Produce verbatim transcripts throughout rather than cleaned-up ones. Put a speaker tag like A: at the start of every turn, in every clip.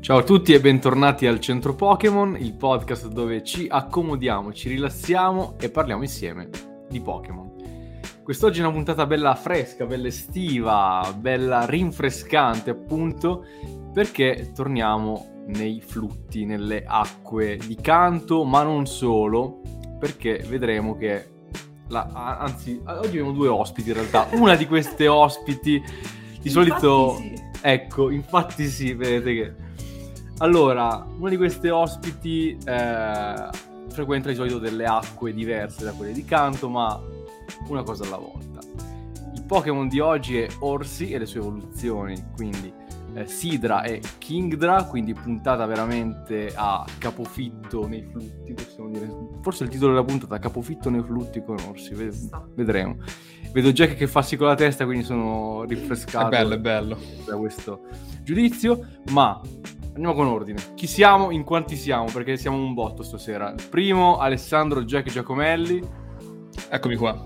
A: Ciao a tutti e bentornati al Centro Pokémon, il podcast dove ci accomodiamo, ci rilassiamo e parliamo insieme di Pokémon. Quest'oggi è una puntata bella fresca, bella estiva, bella rinfrescante appunto, perché torniamo nei flutti, nelle acque di Kanto, ma non solo, perché vedremo che, la, anzi, oggi abbiamo due ospiti in realtà, una di queste ospiti di solito...
B: Infatti sì.
A: Ecco, infatti sì, vedete che... Allora, una di queste ospiti eh, frequenta di solito delle acque diverse da quelle di Kanto, ma una cosa alla volta. Il Pokémon di oggi è Orsi e le sue evoluzioni, quindi eh, Sidra e Kingdra, quindi puntata veramente a capofitto nei flutti, possiamo dire. Forse il titolo della puntata, capofitto nei flutti con Orsi, ved- vedremo. Vedo Jack che fa sì con la testa, quindi sono rinfrescato.
C: È bello, è bello.
A: Da questo giudizio, ma... Andiamo con ordine. Chi siamo, in quanti siamo, perché siamo un botto stasera. Il primo, Alessandro Jack Giacomelli.
C: Eccomi qua.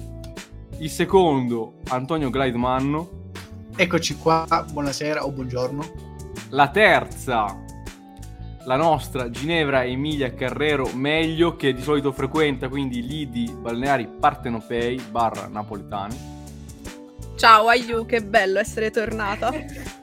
A: Il secondo, Antonio Glidemanno.
D: Eccoci qua, buonasera o buongiorno.
A: La terza, la nostra Ginevra Emilia Carrero Meglio, che di solito frequenta quindi i lidi balneari partenopei barra napoletani.
B: Ciao Aiu, che bello essere tornata.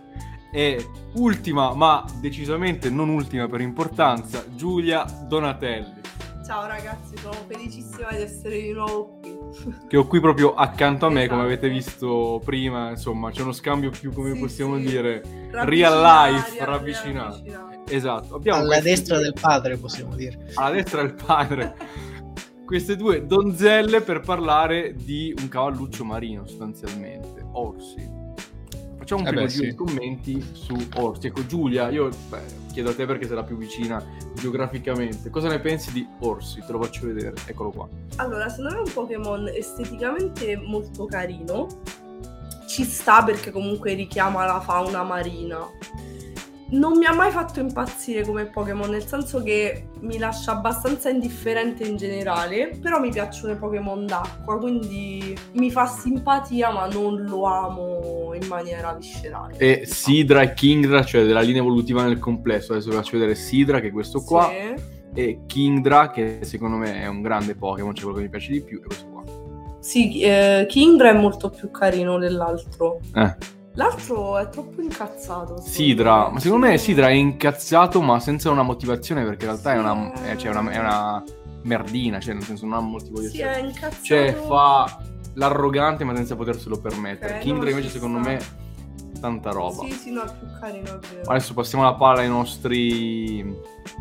A: E ultima, ma decisamente non ultima per importanza, Giulia Donatelli.
E: Ciao ragazzi, sono felicissima di essere di nuovo qui.
A: Che ho qui proprio accanto a me,
E: Esatto.
A: come avete visto prima, insomma, c'è uno scambio più, come
E: Sì,
A: possiamo
E: sì.
A: dire,
E: Ravvicinati,
A: real life,
E: ravvicinati.
A: ravvicinato. Esatto. Abbiamo
D: Alla
A: questi
D: destra
A: due-
D: del padre, possiamo dire.
A: alla destra del padre. Queste due donzelle per parlare di un cavalluccio marino, sostanzialmente, Orsi. Facciamo un
C: Eh
A: primo
C: beh,
A: giro
C: sì.
A: di commenti su Orsi. Ecco, Giulia, io beh, chiedo a te perché sei la più vicina geograficamente. Cosa ne pensi di Orsi? Te lo faccio vedere, eccolo qua.
E: Allora, secondo me è un Pokémon esteticamente molto carino. Ci sta perché comunque richiama la fauna marina. Non mi ha mai fatto impazzire come Pokémon, nel senso che mi lascia abbastanza indifferente in generale, però mi piacciono i Pokémon d'acqua, quindi mi fa simpatia, ma non lo amo in maniera viscerale.
A: E Sidra e Kingdra, cioè della linea evolutiva nel complesso. Adesso vi faccio vedere Sidra, che è questo qua,
E: Sì.
A: e Kingdra, che secondo me è un grande Pokémon, cioè quello che mi piace di più, è questo qua.
E: Sì, eh, Kingdra è molto più carino dell'altro.
A: Eh.
E: L'altro è troppo incazzato. secondo
A: Sidra,
E: me.
A: ma secondo me
E: Sì.
A: Sidra è incazzato, ma senza una motivazione, perché in realtà
E: Sì,
A: è una,
E: è-
A: è, cioè una, è una merdina, cioè nel senso non ha motivo di
E: Sì,
A: essere.
E: è incazzato.
A: Cioè fa l'arrogante ma senza poterselo permettere.
E: Ok,
A: Kingdra
E: no,
A: invece
E: ci
A: secondo
E: sta.
A: me tanta roba.
E: Sì, sì, no, è più carino, è vero.
A: Adesso passiamo la palla ai nostri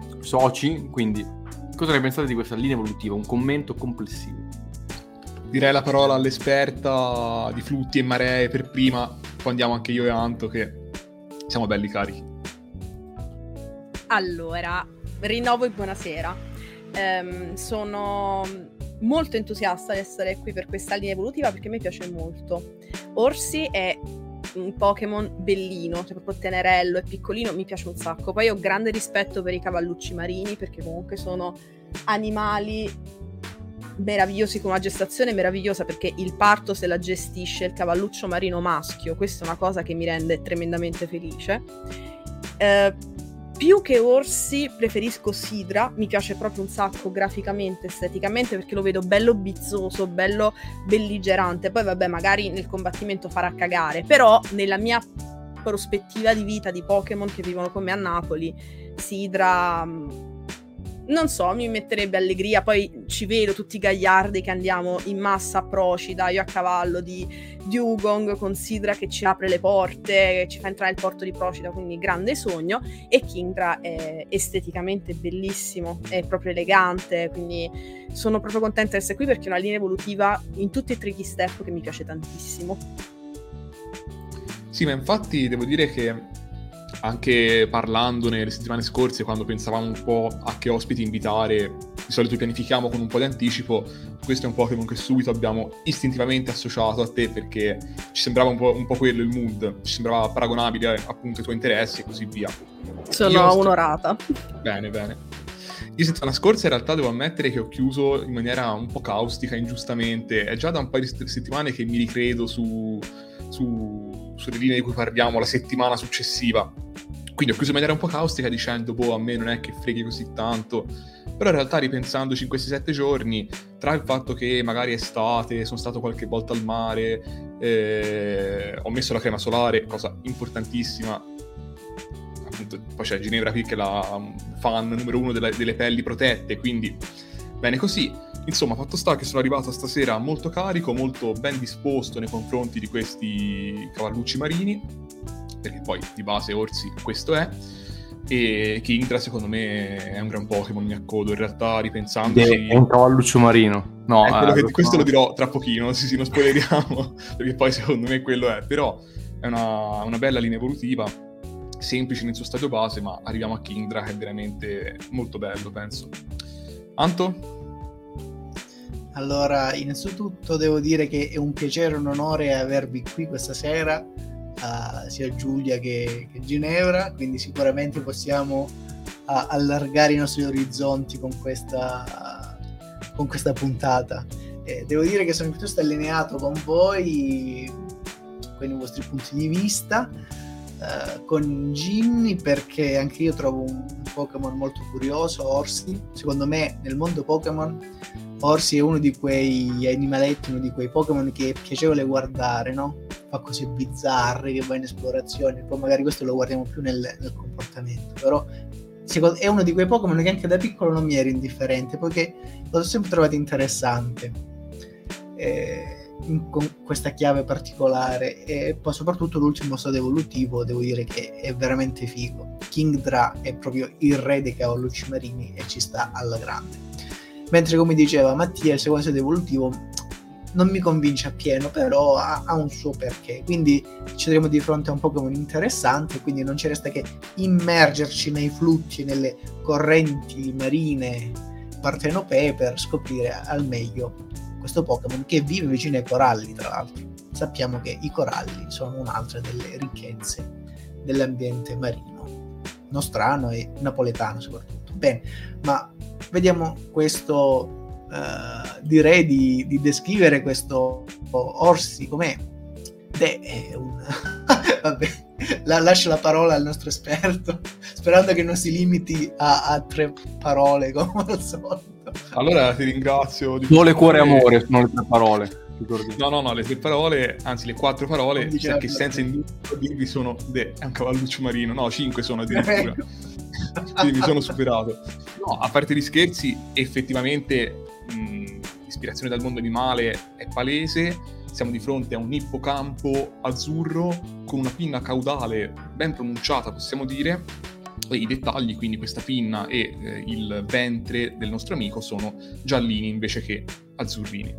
A: soci, quindi cosa ne pensate di questa linea evolutiva? Un commento complessivo.
C: Direi la parola all'esperta di flutti e maree per prima, poi andiamo anche io e Anto che siamo belli carichi.
B: Allora, rinnovo e buonasera. Ehm, sono molto entusiasta di essere qui per questa linea evolutiva perché mi piace molto. Orsi è un Pokémon bellino, cioè proprio tenerello, è piccolino, mi piace un sacco. Poi ho grande rispetto per i cavallucci marini perché comunque sono animali meravigliosi, con una gestazione meravigliosa, perché il parto se la gestisce il cavalluccio marino maschio. Questa è una cosa che mi rende tremendamente felice. Eh, più che Orsi preferisco Sidra, mi piace proprio un sacco graficamente, esteticamente, perché lo vedo bello bizzoso, bello belligerante. Poi vabbè, magari nel combattimento farà cagare, però nella mia prospettiva di vita di Pokémon che vivono con me a Napoli, Sidra mh, non so, mi metterebbe allegria. Poi ci vedo tutti i gagliardi che andiamo in massa a Procida, io a cavallo di Dugong con Sidra che ci apre le porte, che ci fa entrare nel porto di Procida, quindi grande sogno. E Kingdra è esteticamente bellissimo, è proprio elegante, quindi sono proprio contenta di essere qui perché è una linea evolutiva in tutti e tre gli step che mi piace tantissimo.
C: Sì, ma infatti devo dire che anche parlandone le settimane scorse, quando pensavamo un po' a che ospiti invitare, di solito pianifichiamo con un po' di anticipo, questo è un Pokémon che subito abbiamo istintivamente associato a te perché ci sembrava un po', un po' quello il mood, ci sembrava paragonabile appunto ai tuoi interessi e così via.
B: Sono
C: Io sto-
B: onorata.
C: Bene, bene. Io settimana scorsa in realtà devo ammettere che ho chiuso in maniera un po' caustica, ingiustamente. È già da un paio di settimane che mi ricredo su, su, sulle linee di cui parliamo la settimana successiva. Quindi ho chiuso in maniera un po' caustica dicendo, boh, a me non è che freghi così tanto. Però in realtà, ripensandoci in questi sette giorni, tra il fatto che magari è estate, sono stato qualche volta al mare, eh, ho messo la crema solare, cosa importantissima. Appunto, poi c'è Ginevra qui che è la fan numero uno della, delle pelli protette, quindi bene così. Insomma, fatto sta che sono arrivato stasera molto carico, molto ben disposto nei confronti di questi cavallucci marini, perché poi di base Orsi questo è, e Kingdra secondo me è un gran Pokémon, mi accodo in realtà ripensandoci.
A: È un cavalluccio marino, no,
C: è quello
A: eh,
C: che, questo
A: no.
C: lo dirò tra pochino, sì sì, non spoileriamo perché poi secondo me quello è, però è una, una bella linea evolutiva, semplice nel suo stadio base, ma arriviamo a Kingdra che è veramente molto bello, penso. Anto?
D: Allora, innanzitutto devo dire che è un piacere e un onore avervi qui questa sera, uh, sia Giulia che, che Ginevra, quindi sicuramente possiamo uh, allargare i nostri orizzonti con questa, uh, con questa puntata. Eh, devo dire che sono piuttosto allineato con voi, con i vostri punti di vista, uh, con Ginny, perché anche io trovo un, un Pokémon molto curioso, Orsi. Secondo me nel mondo Pokémon Orsi è uno di quei animaletti, uno di quei Pokémon che è piacevole guardare, no? Fa cose bizzarre, che va in esplorazione, poi magari questo lo guardiamo più nel, nel comportamento, però secondo, è uno di quei Pokémon che anche da piccolo non mi ero indifferente, perché l'ho sempre trovato interessante, eh, in, con questa chiave particolare, e poi soprattutto l'ultimo stadio evolutivo devo dire che è veramente figo. Kingdra è proprio il re dei cavallucci marini e ci sta alla grande. Mentre, come diceva Mattia, il secondo stadio evolutivo non mi convince appieno, però ha, ha un suo perché, quindi ci troviamo di fronte a un Pokémon interessante, quindi non ci resta che immergerci nei flutti, nelle correnti marine partenopee per scoprire al meglio questo Pokémon che vive vicino ai coralli. Tra l'altro sappiamo che i coralli sono un'altra delle ricchezze dell'ambiente marino nostrano e napoletano soprattutto. Bene, ma vediamo questo, uh, direi di, di descrivere questo Orsi com'è. Beh, è un... Vabbè, la, lascio la parola al nostro esperto, sperando che non si limiti a, a tre parole come al solito.
C: Allora ti ringrazio.
A: Sole, cuore, amore sono le tre parole.
C: No, no, no, le tre parole, anzi le quattro parole, che senza
A: in
C: indubbio dirvi sono de, è un cavalluccio marino, no, cinque sono addirittura. Quindi mi sono superato. No, a parte gli scherzi, effettivamente mh, l'ispirazione dal mondo animale è palese. Siamo di fronte a un ippocampo azzurro con una pinna caudale ben pronunciata, possiamo dire, e i dettagli, quindi questa pinna e eh, il ventre del nostro amico sono giallini invece che azzurrini.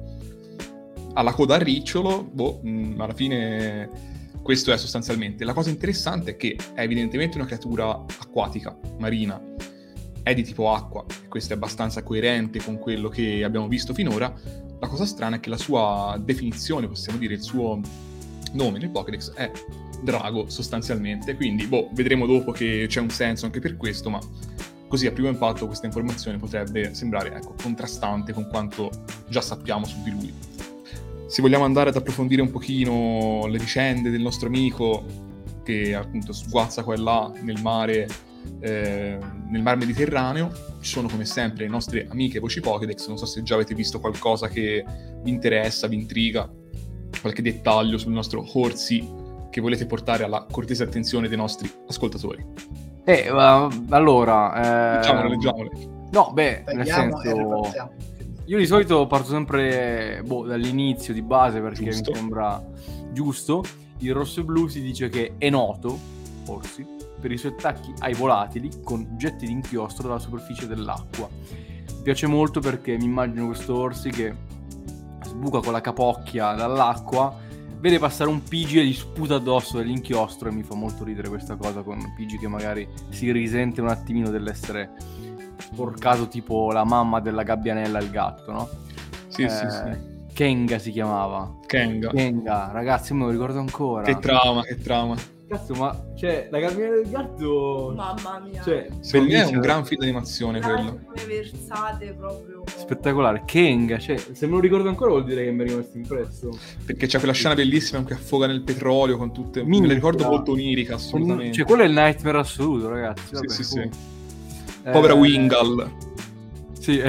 C: Alla coda a ricciolo, boh, mh, alla fine questo è sostanzialmente. La cosa interessante è che è evidentemente una creatura acquatica, marina, è di tipo acqua, e questo è abbastanza coerente con quello che abbiamo visto finora. La cosa strana è che la sua definizione, possiamo dire, il suo nome nel Pokédex è drago sostanzialmente, quindi boh, vedremo dopo che c'è un senso anche per questo, ma così a primo impatto questa informazione potrebbe sembrare, ecco, contrastante con quanto già sappiamo su di lui. Se vogliamo andare ad approfondire un pochino le vicende del nostro amico che appunto sguazza qua e là nel mare, eh, nel mar Mediterraneo, ci sono come sempre le nostre amiche voci Pokédex. Non so se già avete visto qualcosa che vi interessa, vi intriga, qualche dettaglio sul nostro Orsi che volete portare alla cortese attenzione dei nostri ascoltatori.
A: Eh, uh, allora... Eh...
C: Leggiamole, leggiamole.
A: No, beh,
D: Tagliamo
A: nel senso... Io di solito parto sempre boh, dall'inizio di base perché
C: Giusto.
A: mi sembra giusto. Il rosso e blu si dice che è noto, Orsi, per i suoi attacchi ai volatili con getti di inchiostro dalla superficie dell'acqua. Mi piace molto perché mi immagino questo Orsi che sbuca con la capocchia dall'acqua, vede passare un Pidgey e gli sputa addosso dell'inchiostro, e mi fa molto ridere questa cosa con Pidgey che magari si risente un attimino dell'essere sporcato tipo la mamma della gabbianella e il gatto, no?
C: Sì,
A: eh,
C: sì, sì.
A: Kenga si chiamava.
C: Kenga.
A: Kenga, ragazzi, me lo ricordo ancora.
C: Che trauma, che trauma.
A: Cazzo, ma cioè la Gabbiana del gatto,
E: Mamma mia.
A: cioè
C: Secondo me è un
A: bellissimo.
C: gran film d'animazione quello.
E: Lacrime versate proprio.
A: Spettacolare. Kenga, cioè se me lo ricordo ancora vuol dire che mi è rimasto impresso.
C: Perché c'è quella scena bellissima in cui affoga nel petrolio con tutte... Me
A: Minchia.
C: la ricordo molto onirica, assolutamente.
A: Cioè quello è il nightmare assoluto, ragazzi. Vabbè,
C: sì, sì,
A: comunque.
C: sì. Povera
A: Eh,
C: Wingal.
A: Sì.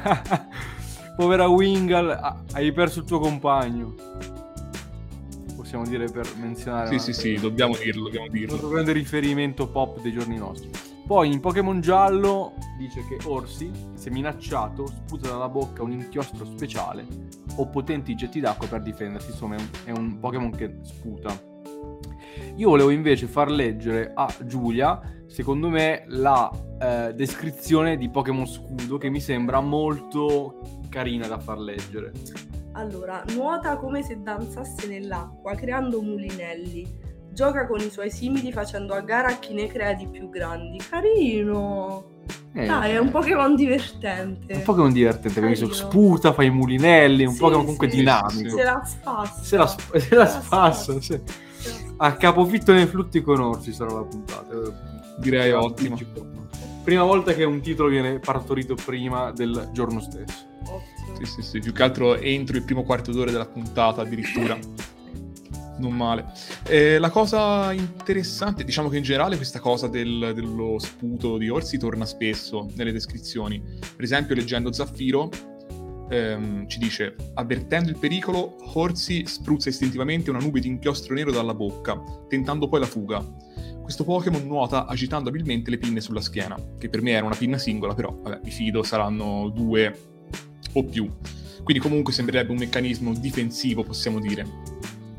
A: Povera Wingal, ah, hai perso il tuo compagno. Possiamo dire per menzionare.
C: Sì, sì, sì, dobbiamo dirlo, dobbiamo
A: Il
C: dirlo.
A: nostro grande riferimento pop dei giorni nostri. Poi in Pokémon Giallo dice che Orsi, se minacciato, sputa dalla bocca un inchiostro speciale o potenti getti d'acqua per difendersi. Insomma, è un, è un Pokémon che sputa. Io volevo invece far leggere a Giulia, secondo me, la eh, descrizione di Pokémon Scudo, che mi sembra molto carina da far leggere.
E: Allora, nuota come se danzasse nell'acqua, creando mulinelli. Gioca con i suoi simili facendo a gara a chi ne crea di più grandi. Carino!
A: Eh,
E: Dai, è un Pokémon divertente.
A: un Pokémon divertente, che mi so,
E: Carino.
A: sputa, fa i mulinelli, un
E: Sì,
A: Pokémon comunque
E: sì,
A: dinamico.
E: Se la spassa.
A: Se la, sp- se la spassa, sì. A capofitto nei flutti con Orsi sarà la puntata.
C: Direi ottimo.
A: Prima volta che un titolo viene partorito prima del giorno stesso.
E: Ottimo.
C: Sì, sì, sì, più che altro entro il primo quarto d'ora della puntata addirittura. Non male. Eh, la cosa interessante, diciamo che in generale questa cosa del- dello sputo di Orsi torna spesso nelle descrizioni. Per esempio, leggendo Zaffiro, ehm, ci dice: avvertendo il pericolo, Orsi spruzza istintivamente una nube di inchiostro nero dalla bocca, tentando poi la fuga. Questo Pokémon nuota agitando abilmente le pinne sulla schiena, che per me era una pinna singola, però vabbè, mi fido, saranno due o più. Quindi comunque sembrerebbe un meccanismo difensivo, possiamo dire.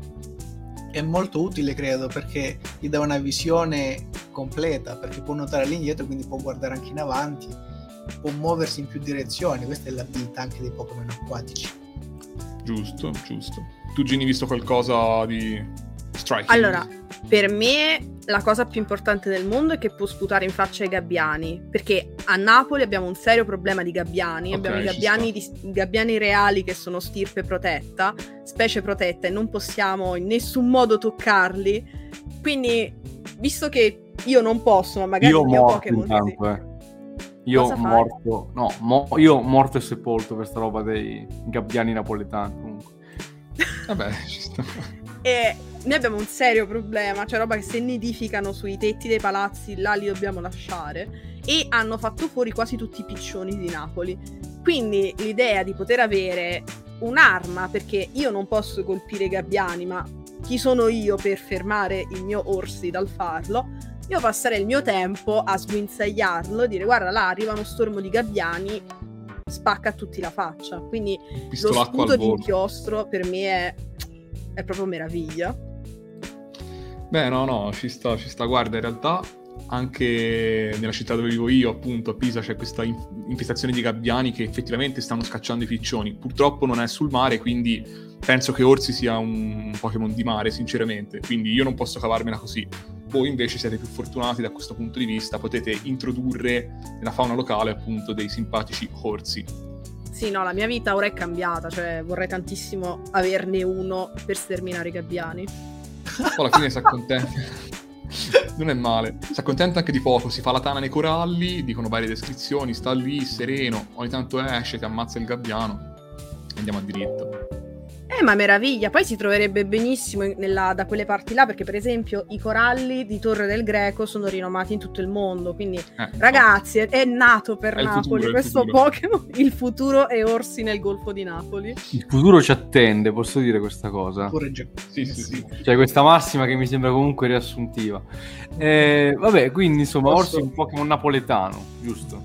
D: È molto utile, credo, perché gli dà una visione completa, perché può nuotare all'indietro, quindi può guardare anche in avanti, può muoversi in più direzioni. Questa è l'abilità anche dei Pokémon acquatici.
C: Giusto, giusto. Tu, Ginny, hai visto qualcosa di striking?
B: Allora, per me la cosa più importante del mondo è che può sputare in faccia ai gabbiani, perché a Napoli abbiamo un serio problema di gabbiani.
C: Ok,
B: abbiamo i
C: ci
B: gabbiani, di, i gabbiani reali che sono stirpe protetta, specie protetta, e non possiamo in nessun modo toccarli. Quindi, visto che io non posso, ma magari
A: Io
B: il mio
A: morto
B: Pokémon
A: intanto, eh. Io
B: Cosa fai?
A: morto, no, mo- io morto e sepolto per sta roba dei gabbiani napoletani comunque.
C: Vabbè, ci sta.
B: E noi abbiamo un serio problema, cioè roba che se nidificano sui tetti dei palazzi, là li dobbiamo lasciare. E hanno fatto fuori quasi tutti i piccioni di Napoli. Quindi l'idea di poter avere un'arma, perché io non posso colpire i gabbiani, ma chi sono io per fermare il mio Orsi dal farlo? Io passerei il mio tempo a sguinzagliarlo e dire: guarda, là arriva uno stormo di gabbiani, spacca a tutti la faccia. Quindi lo
C: Pistolacqua
B: sputo
C: al
B: di
C: volo.
B: inchiostro per me è, è proprio meraviglia.
C: Beh, no, no, ci sta, ci sta. Guarda, in realtà anche nella città dove vivo io, appunto, a Pisa, c'è questa in- infestazione di gabbiani che effettivamente stanno scacciando i piccioni. Purtroppo non è sul mare, quindi penso che Orsi sia un Pokémon di mare, sinceramente. Quindi io non posso cavarmela così. Voi invece siete più fortunati da questo punto di vista, potete introdurre nella fauna locale, appunto, dei simpatici orsi.
B: Sì, no, la mia vita ora è cambiata, cioè vorrei tantissimo averne uno per sterminare i gabbiani.
C: Poi alla fine si accontenta. Non è male. Si accontenta anche di poco, si fa la tana nei coralli, dicono varie descrizioni, sta lì, sereno, ogni tanto esce, ti ammazza il gabbiano e andiamo a diritto.
B: Eh, ma meraviglia, poi si troverebbe benissimo in- nella- da quelle parti là, perché per esempio i coralli di Torre del Greco sono rinomati in tutto il mondo, quindi
C: Eh,
B: ragazzi, è, è nato per
C: È il
B: Napoli
C: futuro, è il
B: questo
C: futuro.
B: Pokémon, il futuro è Orsi nel Golfo di Napoli.
A: Il futuro ci attende, posso dire questa cosa?
D: Pure Gia-
C: Sì, sì, sì.
A: Cioè questa massima che mi sembra comunque riassuntiva. Eh, vabbè, quindi insomma,
D: Posso-
A: Orsi è un Pokémon napoletano, giusto?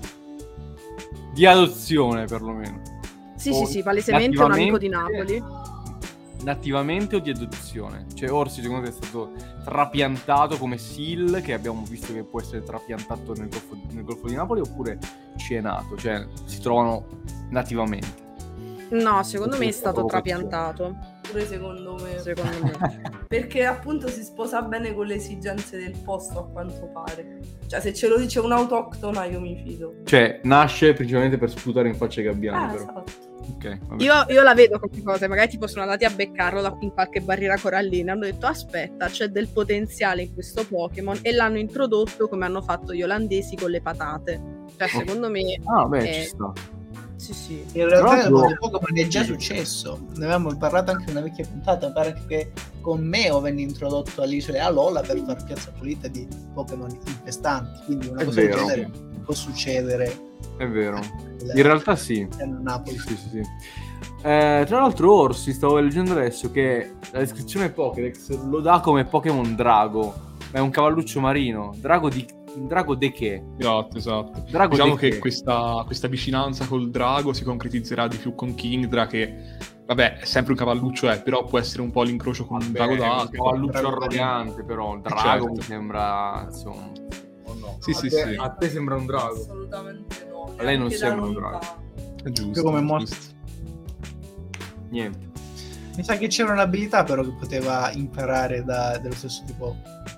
A: Di adozione perlomeno.
B: Sì,
A: O
B: sì, sì, palesemente un amico di
A: nativamente-
B: Napoli.
A: Nativamente o di adozione? Cioè Orsi secondo te è stato trapiantato come Sil, che abbiamo visto che può essere trapiantato nel Golfo, nel Golfo di Napoli, oppure ci è nato? Cioè si trovano nativamente?
B: No, secondo me è stato
A: Provocazione.
B: trapiantato,
E: Pure secondo me.
B: secondo me.
E: Perché appunto si sposa bene con le esigenze del posto, a quanto pare. Cioè, se ce lo dice un'autoctona io mi fido.
A: Cioè nasce principalmente per sputare in faccia ai gabbiani,
E: Ah,
A: però.
E: esatto.
A: Ok, vabbè.
B: Io, io la vedo come cosa, magari tipo sono andati a beccarlo da in qualche barriera corallina, hanno detto aspetta, c'è del potenziale in questo Pokémon e l'hanno introdotto come hanno fatto gli olandesi con le patate. Cioè
A: Oh.
B: secondo me
A: Ah, beh,
B: è-
A: ci sta.
B: sì sì.
D: In realtà
A: Tra
D: nel mondo
A: l'altro-
D: Pokémon è già
A: Sì.
D: successo. Ne avevamo parlato anche in una vecchia puntata. Mi pare che con Meo venne introdotto alle isole Alola per far piazza pulita di Pokémon infestanti. Quindi una
A: È
D: cosa
A: vero.
D: del genere può succedere
A: È vero.
D: anche
A: In realtà sì.
D: a Napoli.
A: Sì, sì, sì. Eh, tra l'altro Orsi, stavo leggendo adesso che la descrizione Pokédex lo dà come Pokémon Drago. Ma è un cavalluccio marino. Drago di... Drago de che?
C: Esatto, esatto.
A: Drago
C: Diciamo
A: de
C: che
A: che?
C: questa, questa vicinanza col drago si concretizzerà di più con Kingdra, che vabbè è sempre un cavalluccio, eh, però può essere un po' l'incrocio con un
A: Vabbè,
C: drago
A: è un
C: d'altro.
A: cavalluccio
D: Drago
A: arrogante, però il drago
C: certo.
A: mi sembra, insomma... o no?
C: Sì,
A: a
C: sì,
A: te,
C: sì.
A: A te sembra un drago?
E: Assolutamente no.
A: A lei non
E: neanche da
A: sembra un
E: lontano.
C: È giusto.
D: Più come
C: è
D: mo-
C: giusto.
A: Niente.
D: Mi sa che c'era un'abilità però che poteva imparare da, dello stesso tipo.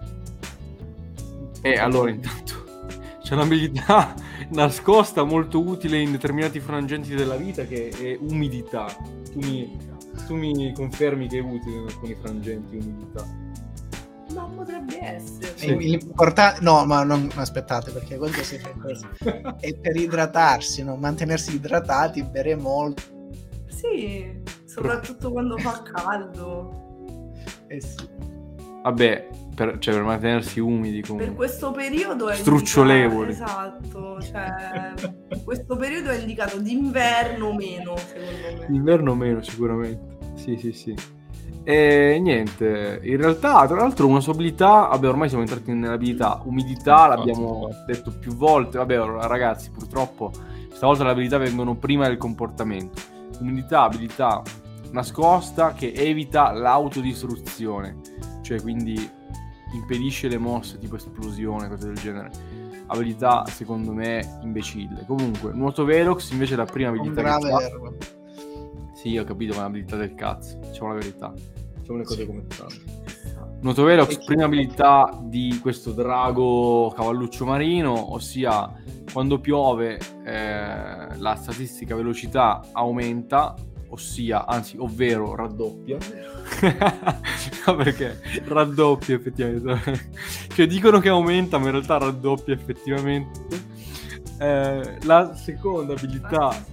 A: E allora intanto c'è un'abilità nascosta molto utile in determinati frangenti della vita che è umidità. Tu mi, tu mi confermi che è utile in alcuni frangenti umidità.
E: Ma potrebbe essere.
A: Sì.
D: E l'importa- no, ma non aspettate perché questo si fa questo. È per idratarsi, no? Mantenersi idratati, bere molto.
E: Sì, soprattutto quando fa caldo.
D: Eh sì.
A: Vabbè, per, cioè per mantenersi umidi comunque.
E: Per questo periodo è
A: Strucciolevoli.
E: indicato, esatto, cioè questo periodo è indicato d'inverno meno, secondo me.
A: D'inverno meno sicuramente. Sì, sì, sì. E niente, in realtà, tra l'altro, una sua abilità, vabbè, ormai siamo entrati nell'abilità umidità, l'abbiamo detto più volte, vabbè, ragazzi, purtroppo stavolta le abilità vengono prima del comportamento. Umidità, abilità nascosta che evita l'autodistruzione, cioè quindi impedisce le mosse tipo esplosione, cose del genere. Abilità, secondo me, imbecille. Comunque, nuoto velox invece è la prima
D: Un
A: abilità
D: grave
A: che fa.
D: errore.
A: Sì, ho capito, ma è un'abilità del cazzo. Diciamo la verità. Diciamo le cose come stanno. Nuoto velox, prima abilità di questo drago cavalluccio marino, ossia quando piove eh, la statistica velocità aumenta, ossia, anzi, ovvero raddoppia. No, perché raddoppia effettivamente. Cioè dicono che aumenta, ma in realtà raddoppia effettivamente. Eh, la seconda abilità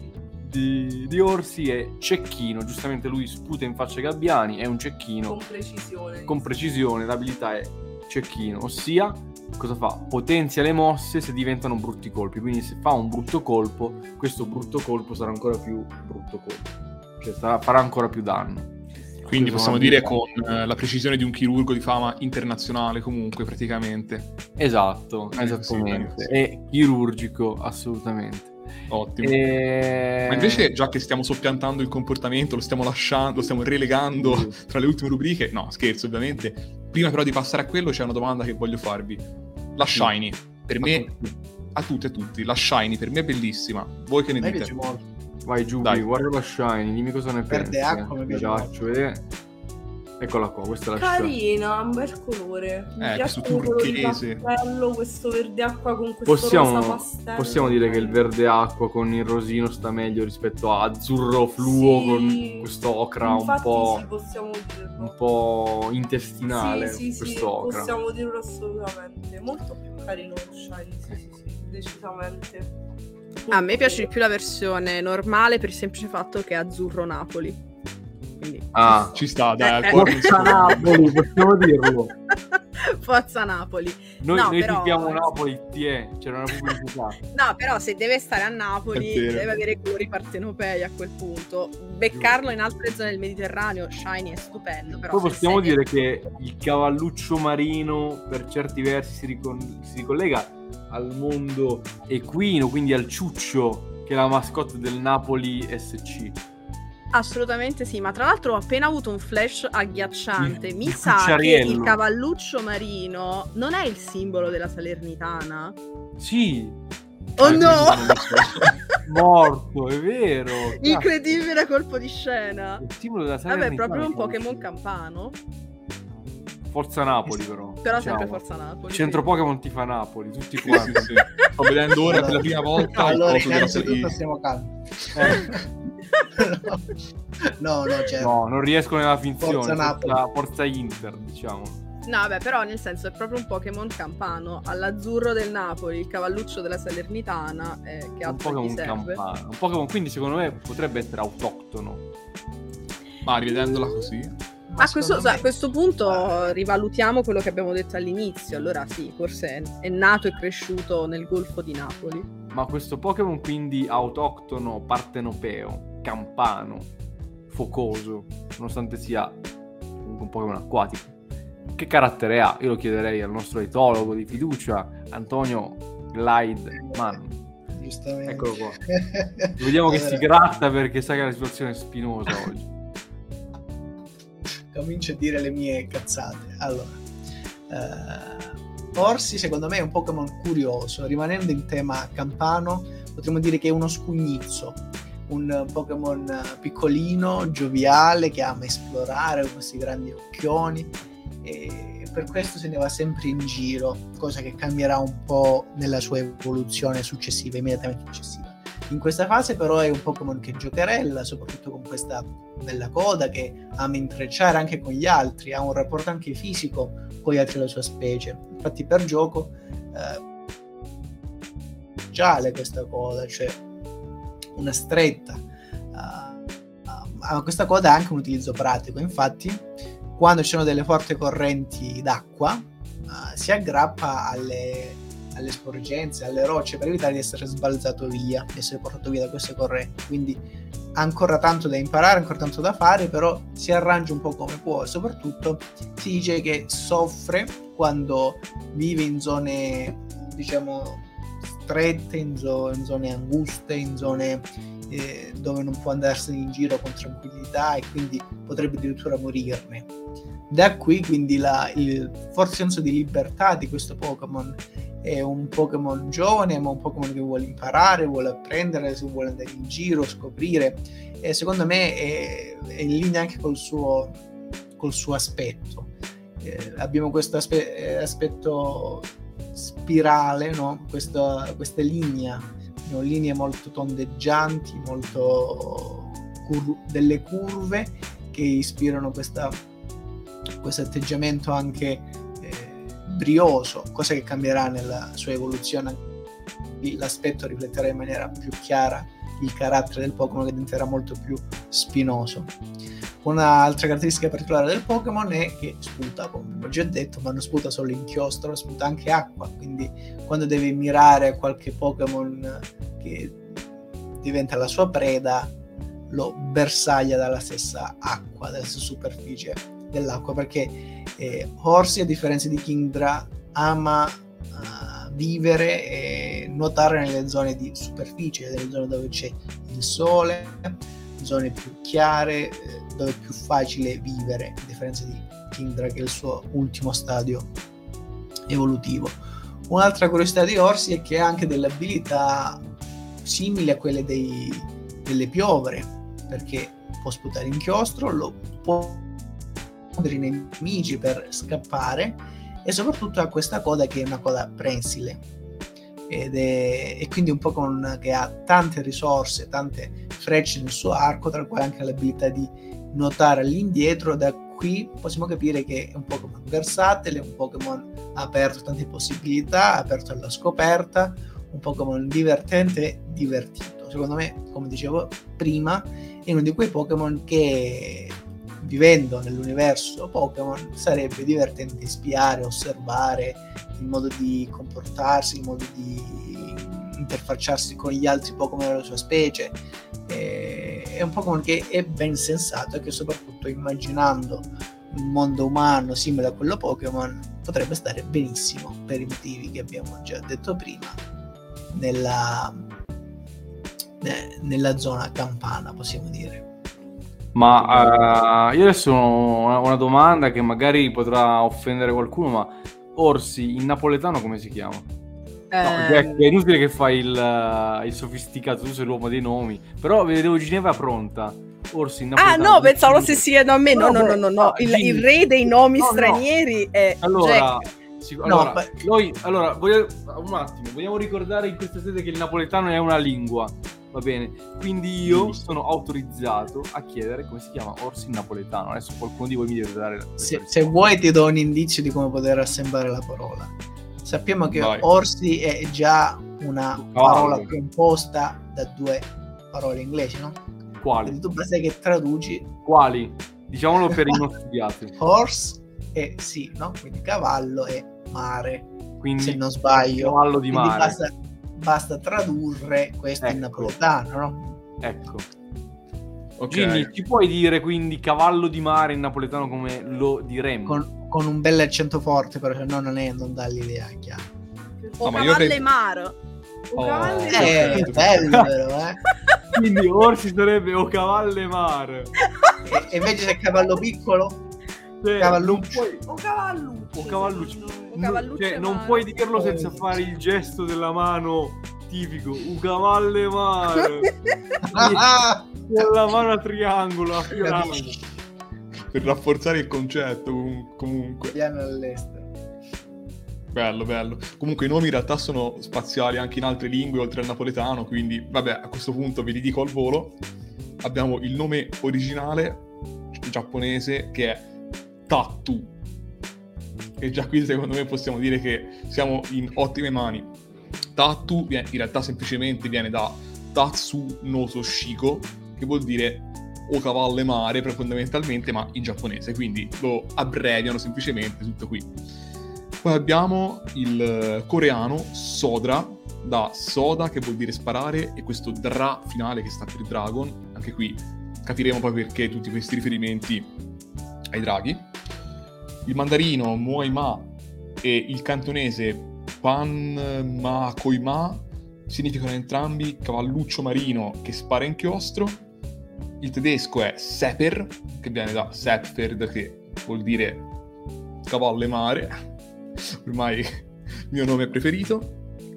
A: di, di Orsi è cecchino, giustamente lui sputa in faccia ai gabbiani, è un cecchino
E: Con precisione.
A: con precisione. L'abilità è cecchino, ossia cosa fa? Potenzia le mosse se diventano brutti colpi, quindi se fa un brutto colpo, questo brutto colpo sarà ancora più brutto colpo, cioè sarà, farà ancora più danno.
C: Quindi
A: Queste
C: possiamo
A: sono
C: dire
A: abilità.
C: con eh, la precisione di un chirurgo di fama internazionale comunque praticamente.
A: Esatto,
C: Eh,
A: esattamente,
C: sì, sì.
A: è chirurgico assolutamente.
C: Ottimo.
A: E...
C: Ma invece, già che stiamo soppiantando il comportamento, lo stiamo lasciando, lo stiamo relegando tra le ultime rubriche, no, scherzo ovviamente. Prima però di passare a quello c'è una domanda che voglio farvi. La
A: Sì.
C: Shiny, per me,
A: A tutti.
C: a tutte e tutti, la Shiny per me è bellissima. Voi che
D: A
C: ne
D: me
C: dite?
D: piace molto.
A: Vai giù,
C: Dai.
A: guarda la Shiny, dimmi cosa ne
D: Verde
A: pensi.
D: acqua, mi
A: eh.
D: piace
A: La
D: molto.
A: faccio vedere. Eccola qua, questa è la Shiny.
E: Carina, un bel colore. Mi
C: Eh,
E: piace
C: questo
E: il colore di
C: turchese.
E: cappello, questo verde acqua con questo rosa
A: Possiamo,
E: pastello.
A: possiamo dire che il verde acqua con il rosino sta meglio rispetto a azzurro fluo
E: Sì.
A: con questo ocra un
E: Infatti
A: po',
E: sì, possiamo dirlo.
A: un po' intestinale.
E: Sì, sì, sì,
A: questo ocra.
E: possiamo dirlo assolutamente. Molto più carino lo Shiny, sì, sì, sì, decisamente.
B: A me piace di più la versione normale per il semplice fatto che è azzurro Napoli. Quindi
A: Ah,
C: Ci sta, dai, al
B: Eh,
C: cuore
B: eh.
C: mi sta.
A: Forza Napoli, possiamo dirlo.
B: Forza Napoli.
A: Noi,
B: No,
A: noi
B: però-
A: tifiamo Napoli, ti è, c'era una pubblicità.
B: No, però se deve stare a Napoli
C: È vero.
B: deve avere i colori partenopei a quel punto. Beccarlo in altre zone del Mediterraneo, Shiny è stupendo. Però
A: Poi
B: se
A: possiamo
B: sei-
A: dire che il cavalluccio marino per certi versi si, ricon- si ricollega al mondo equino, quindi al ciuccio, che è la mascotte del Napoli S C.
B: Assolutamente sì, ma tra l'altro ho appena avuto un flash agghiacciante.
A: Il-
B: Mi
A: il
B: sa che
A: cucciariello.
B: il cavalluccio marino non è il simbolo della Salernitana?
A: Sì,
B: Oh
C: Eh,
B: no!
C: questo non lo so.
A: morto, è vero.
B: Incredibile colpo di scena.
A: Il simbolo della
B: Vabbè, è
A: Salernitana,
B: proprio un
A: che
B: Pokémon
A: dici?
B: campano.
A: Forza Napoli però.
B: Però sempre
A: diciamo.
B: Forza Napoli.
A: Centro
B: sì.
A: Pokémon ti fa Napoli, tutti
C: Sì,
A: quanti.
C: sì, sì. Sto vedendo ora per la prima volta il
D: Allora,
C: coso della
D: innanzitutto
C: Salernitana.
D: stiamo calmi.
A: Eh,
D: no, no, certo.
A: No, non riesco nella finzione.
D: Forza Napoli.
A: Forza, forza Inter, diciamo.
B: No, vabbè, però nel senso è proprio un Pokémon campano, all'azzurro del Napoli, il cavalluccio della Salernitana, eh, che
A: Un
B: altro gli
A: Pokémon
B: serve?
A: campano. Un Pokémon, quindi secondo me potrebbe essere autoctono.
C: Ma rivedendola così,
D: Ma
B: A questo,
D: secondo
B: a
D: me-
B: questo punto rivalutiamo quello che abbiamo detto all'inizio. Allora sì, forse è, è nato e cresciuto nel Golfo di Napoli.
A: Ma questo Pokémon quindi autoctono, partenopeo, campano, focoso, nonostante sia comunque un Pokémon acquatico, che carattere ha? Io lo chiederei al nostro etologo di fiducia, Antonio Glideman.
D: Giustamente.
A: Eccolo qua. Vediamo che si gratta perché sa che la situazione è spinosa oggi.
D: Comincio a dire le mie cazzate. Allora, eh, Orsi secondo me è un Pokémon curioso. Rimanendo in tema campano, potremmo dire che è uno scugnizzo, un Pokémon piccolino, gioviale, che ama esplorare con questi grandi occhioni, e per questo se ne va sempre in giro, cosa che cambierà un po' nella sua evoluzione successiva, immediatamente successiva. In questa fase però è un Pokémon che giocherella, soprattutto con questa bella coda, che ama intrecciare anche con gli altri, ha un rapporto anche fisico con gli altri della sua specie. Infatti per gioco eh, giale questa coda, cioè una stretta. Uh, questa coda ha anche un utilizzo pratico, infatti quando ci sono delle forti correnti d'acqua uh, si aggrappa alle alle sporgenze, alle rocce, per evitare di essere sbalzato via, di essere portato via da queste correnti. Quindi ha ancora tanto da imparare, ancora tanto da fare, però si arrangia un po' come può. Soprattutto si dice che soffre quando vive in zone, diciamo, strette, in, zo- in zone anguste, in zone eh, dove non può andarsene in giro con tranquillità, e quindi potrebbe addirittura morirne. Da qui quindi la, il forte senso di libertà di questo Pokémon. È un Pokémon giovane, ma un Pokémon che vuole imparare, vuole apprendere, se vuole andare in giro, scoprire, e secondo me è, è in linea anche col suo, col suo aspetto. Eh, abbiamo questo aspe- aspetto spirale, no? Questa, questa linea, no? Linee molto tondeggianti, molto cur- delle curve che ispirano questa, questo atteggiamento anche brioso, cosa che cambierà nella sua evoluzione. L'aspetto rifletterà in maniera più chiara il carattere del Pokémon, che diventerà molto più spinoso. Un'altra caratteristica particolare del Pokémon è che sputa, come ho già detto, ma non sputa solo inchiostro, sputa anche acqua, quindi quando deve mirare a qualche Pokémon che diventa la sua preda, lo bersaglia dalla stessa acqua, dalla stessa superficie dell'acqua, perché eh, Horsey, a differenza di Kingdra, ama uh, vivere e nuotare nelle zone di superficie, nelle zone dove c'è il sole, zone più chiare, eh, dove è più facile vivere, a differenza di Kingdra, che è il suo ultimo stadio evolutivo. Un'altra curiosità di Horsey è che ha anche delle abilità simili a quelle dei, delle piovre, perché può sputare inchiostro, lo può i nemici per scappare, e soprattutto ha questa coda che è una coda prensile, ed è, e quindi un Pokémon che ha tante risorse, tante frecce nel suo arco, tra le quali anche l'abilità di nuotare all'indietro. Da qui possiamo capire che è un Pokémon versatile, un Pokémon aperto a tante possibilità, aperto alla scoperta, un Pokémon divertente e divertito. Secondo me, come dicevo prima, è uno di quei Pokémon che, vivendo nell'universo Pokémon, sarebbe divertente spiare, osservare il modo di comportarsi, il modo di interfacciarsi con gli altri Pokémon della sua specie. E è un Pokémon che è ben sensato e che, soprattutto immaginando un mondo umano simile a quello Pokémon, potrebbe stare benissimo, per i motivi che abbiamo già detto prima, nella, nella zona campana, possiamo dire.
A: Ma uh, io adesso ho una, una domanda che magari potrà offendere qualcuno, ma Orsi in napoletano come si chiama? No, Jack, è inutile che fai il, uh, il sofisticato, tu sei l'uomo dei nomi, però vedevo Ginevra pronta. Orsi in napoletano.
B: Ah no, pensavo stessi chiedo a me. No, no, no, no, no. Il,
A: Gini.
B: il re dei nomi
A: No, no.
B: stranieri è
A: Allora,
B: Jack.
A: Sì,
D: No,
A: allora,
D: beh-
A: noi, allora voglio, un attimo, vogliamo ricordare in questa sede che il napoletano è una lingua, va bene? Quindi io
C: Giusto.
A: sono autorizzato a chiedere come si chiama orsi in napoletano. Adesso qualcuno di voi mi deve dare la
D: Se,
A: questa
D: se vuoi ti do un indizio di come poter assemblare la parola. Sappiamo che
C: Vai.
D: orsi è già una
A: Un
D: parola
A: cavallo.
D: composta da due parole inglesi, no?
A: risposta. Quali?
D: Quindi tu basta che traduci
A: Quali? Diciamolo per i non studiati.
D: horse e sì, no? Quindi cavallo e mare,
A: Quindi
D: se non sbaglio.
A: cavallo di
D: Quindi
A: mare.
D: basta, basta tradurre questo in
A: Ecco.
D: napoletano, no?
A: Ecco.
C: Ok.
A: Ginny, ci puoi dire quindi cavallo di mare in napoletano come lo diremmo?
D: Con, con un bel accento forte, però se no non, è, non dà l'idea chiara.
B: O
C: Ah, ma io
B: cavalle
C: avrei-
B: mar.
E: Un
C: Oh.
E: cavallo
C: Eh,
E: di
D: Eh,
C: perfetto,
D: bello però, eh.
A: Quindi orsi sarebbe o cavalle mare.
D: E, e invece se è cavallo piccolo,
A: Cioè,
D: Cavalluccio.
A: non puoi-
E: O cavalluccio.
A: O cavalluccio.
E: secondo me.
B: O cavalluccio
A: cioè,
B: e
A: non
B: mare.
A: puoi dirlo senza
D: Oh.
A: fare il gesto della mano tipico, un cavalle mare,
D: ah,
A: con la mano a triangolo, a fianco.
D: capisci?
C: Per rafforzare il concetto, com- comunque.
D: Piano all'estero.
C: Bello, bello. Comunque i nomi in realtà sono spaziali anche in altre lingue oltre al napoletano, quindi vabbè, a questo punto ve li dico al volo. Abbiamo il nome originale giapponese che è Tattu. E già qui secondo me possiamo dire che siamo in ottime mani. Tattu viene- in realtà semplicemente viene da Tatsu no Toshiko, che vuol dire o cavalle mare però fondamentalmente, ma in giapponese, quindi lo abbreviano semplicemente tutto qui. Poi abbiamo il eh, coreano Sodra, da Soda che vuol dire sparare, e questo Dra finale che sta per Dragon. Anche qui capiremo poi perché tutti questi riferimenti ai draghi. Il mandarino Muay Ma e il cantonese Pan Ma Koi Ma significano entrambi cavalluccio marino che spara inchiostro. Il tedesco è Seper, che viene da Sepferd, che vuol dire cavallo e mare. Ormai il mio nome preferito.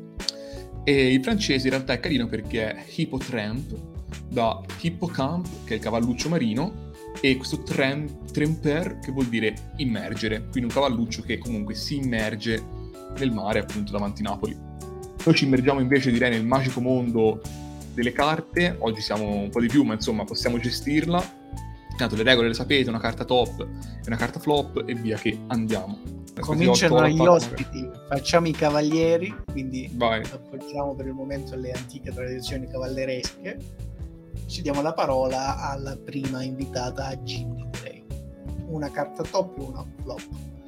C: E il francese in realtà è carino perché è Hippotramp, da Hippocamp, che è il cavalluccio marino, e questo tram, tremper, che vuol dire immergere, quindi un cavalluccio che comunque si immerge nel mare, appunto davanti a Napoli. Noi ci immergiamo invece, direi, nel magico mondo delle carte. Oggi siamo un po' di più, ma insomma possiamo gestirla. Tanto le regole le sapete: una carta top e una carta flop, e via che andiamo.
D: Cominciano
C: Aspetta,
D: gli
C: ho-
D: ospiti, facciamo i cavalieri, quindi
C: Vai.
D: appoggiamo per il momento alle antiche tradizioni cavalleresche. Ci diamo la parola alla prima invitata, a Ginny, direi. Una carta top e una flop.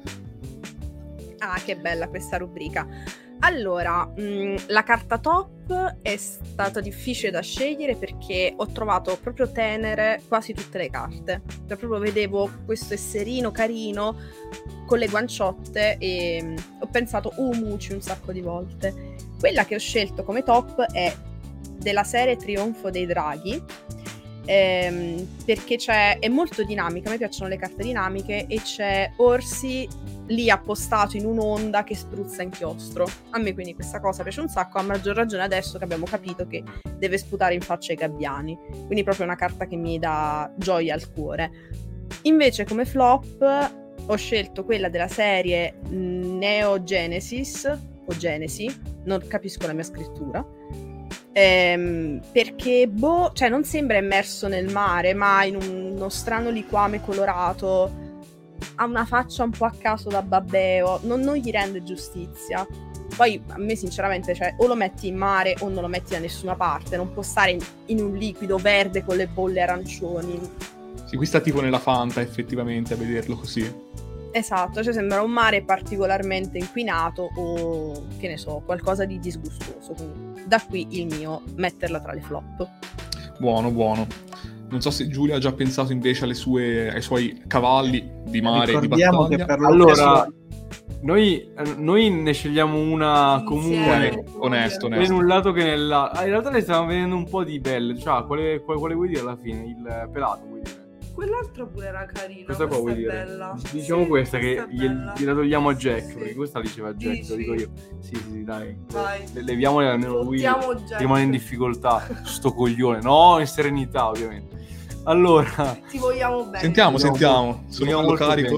B: Ah, che bella questa rubrica. Allora, mh, la carta top è stata difficile da scegliere perché ho trovato proprio tenere quasi tutte le carte. Cioè, proprio vedevo questo esserino carino con le guanciotte e mh, ho pensato, oh, Muci un sacco di volte. Quella che ho scelto come top è della serie Trionfo dei Draghi, ehm, perché c'è, è molto dinamica, a me piacciono le carte dinamiche, e c'è Orsi lì appostato in un'onda che spruzza inchiostro. A me quindi questa cosa piace un sacco, a maggior ragione adesso che abbiamo capito che deve sputare in faccia ai gabbiani, quindi proprio una carta che mi dà gioia al cuore. Invece come flop ho scelto quella della serie Neo Genesis o Genesi, non capisco la mia scrittura, ehm, perché boh, cioè non sembra immerso nel mare, ma in uno strano liquame colorato, ha una faccia un po' a caso da babbeo, non, non gli rende giustizia. Poi a me sinceramente, cioè, o lo metti in mare o non lo metti da nessuna parte, non può stare in, in un liquido verde con le bolle arancioni.
C: Sì, qui sta tipo nella Fanta effettivamente a vederlo così.
B: Esatto, cioè sembra un mare particolarmente inquinato o che ne so, qualcosa di disgustoso. Quindi da qui il mio metterla tra le flop.
C: Buono, buono. Non so se Giulia ha già pensato invece alle sue, ai suoi cavalli di mare, di
D: Ricordiamo
C: battaglia.
D: che per
A: Allora, noi, eh, noi ne scegliamo una comune,
E: Insieme.
C: Onesto,
A: sia in
C: onesto.
A: un lato che nell'altro. Ah, in realtà ne stiamo vedendo un po' di belle. Cioè, quale, quale, quale vuoi dire alla fine? Il pelato vuoi dire?
E: Quell'altra pure era carina.
A: Questa qua vuoi
E: è
A: dire?
E: bella.
A: Diciamo
E: Sì,
A: questa che
E: è
A: gliel-
E: bella.
A: gliela togliamo a Jack,
E: Sì.
A: perché questa la diceva Jack,
E: Dici?
A: lo dico io. Sì, sì, sì, dai.
E: Vai.
A: Le- Leviamole almeno lui
E: Buttiamo Jack.
A: rimane in difficoltà. Sto coglione. No, in serenità, ovviamente. Allora,
E: Ti vogliamo bene.
C: Sentiamo,
A: Vogliamo-
C: sentiamo. Sono
A: vogliamo
C: bello
A: molto
C: carico.
A: bene.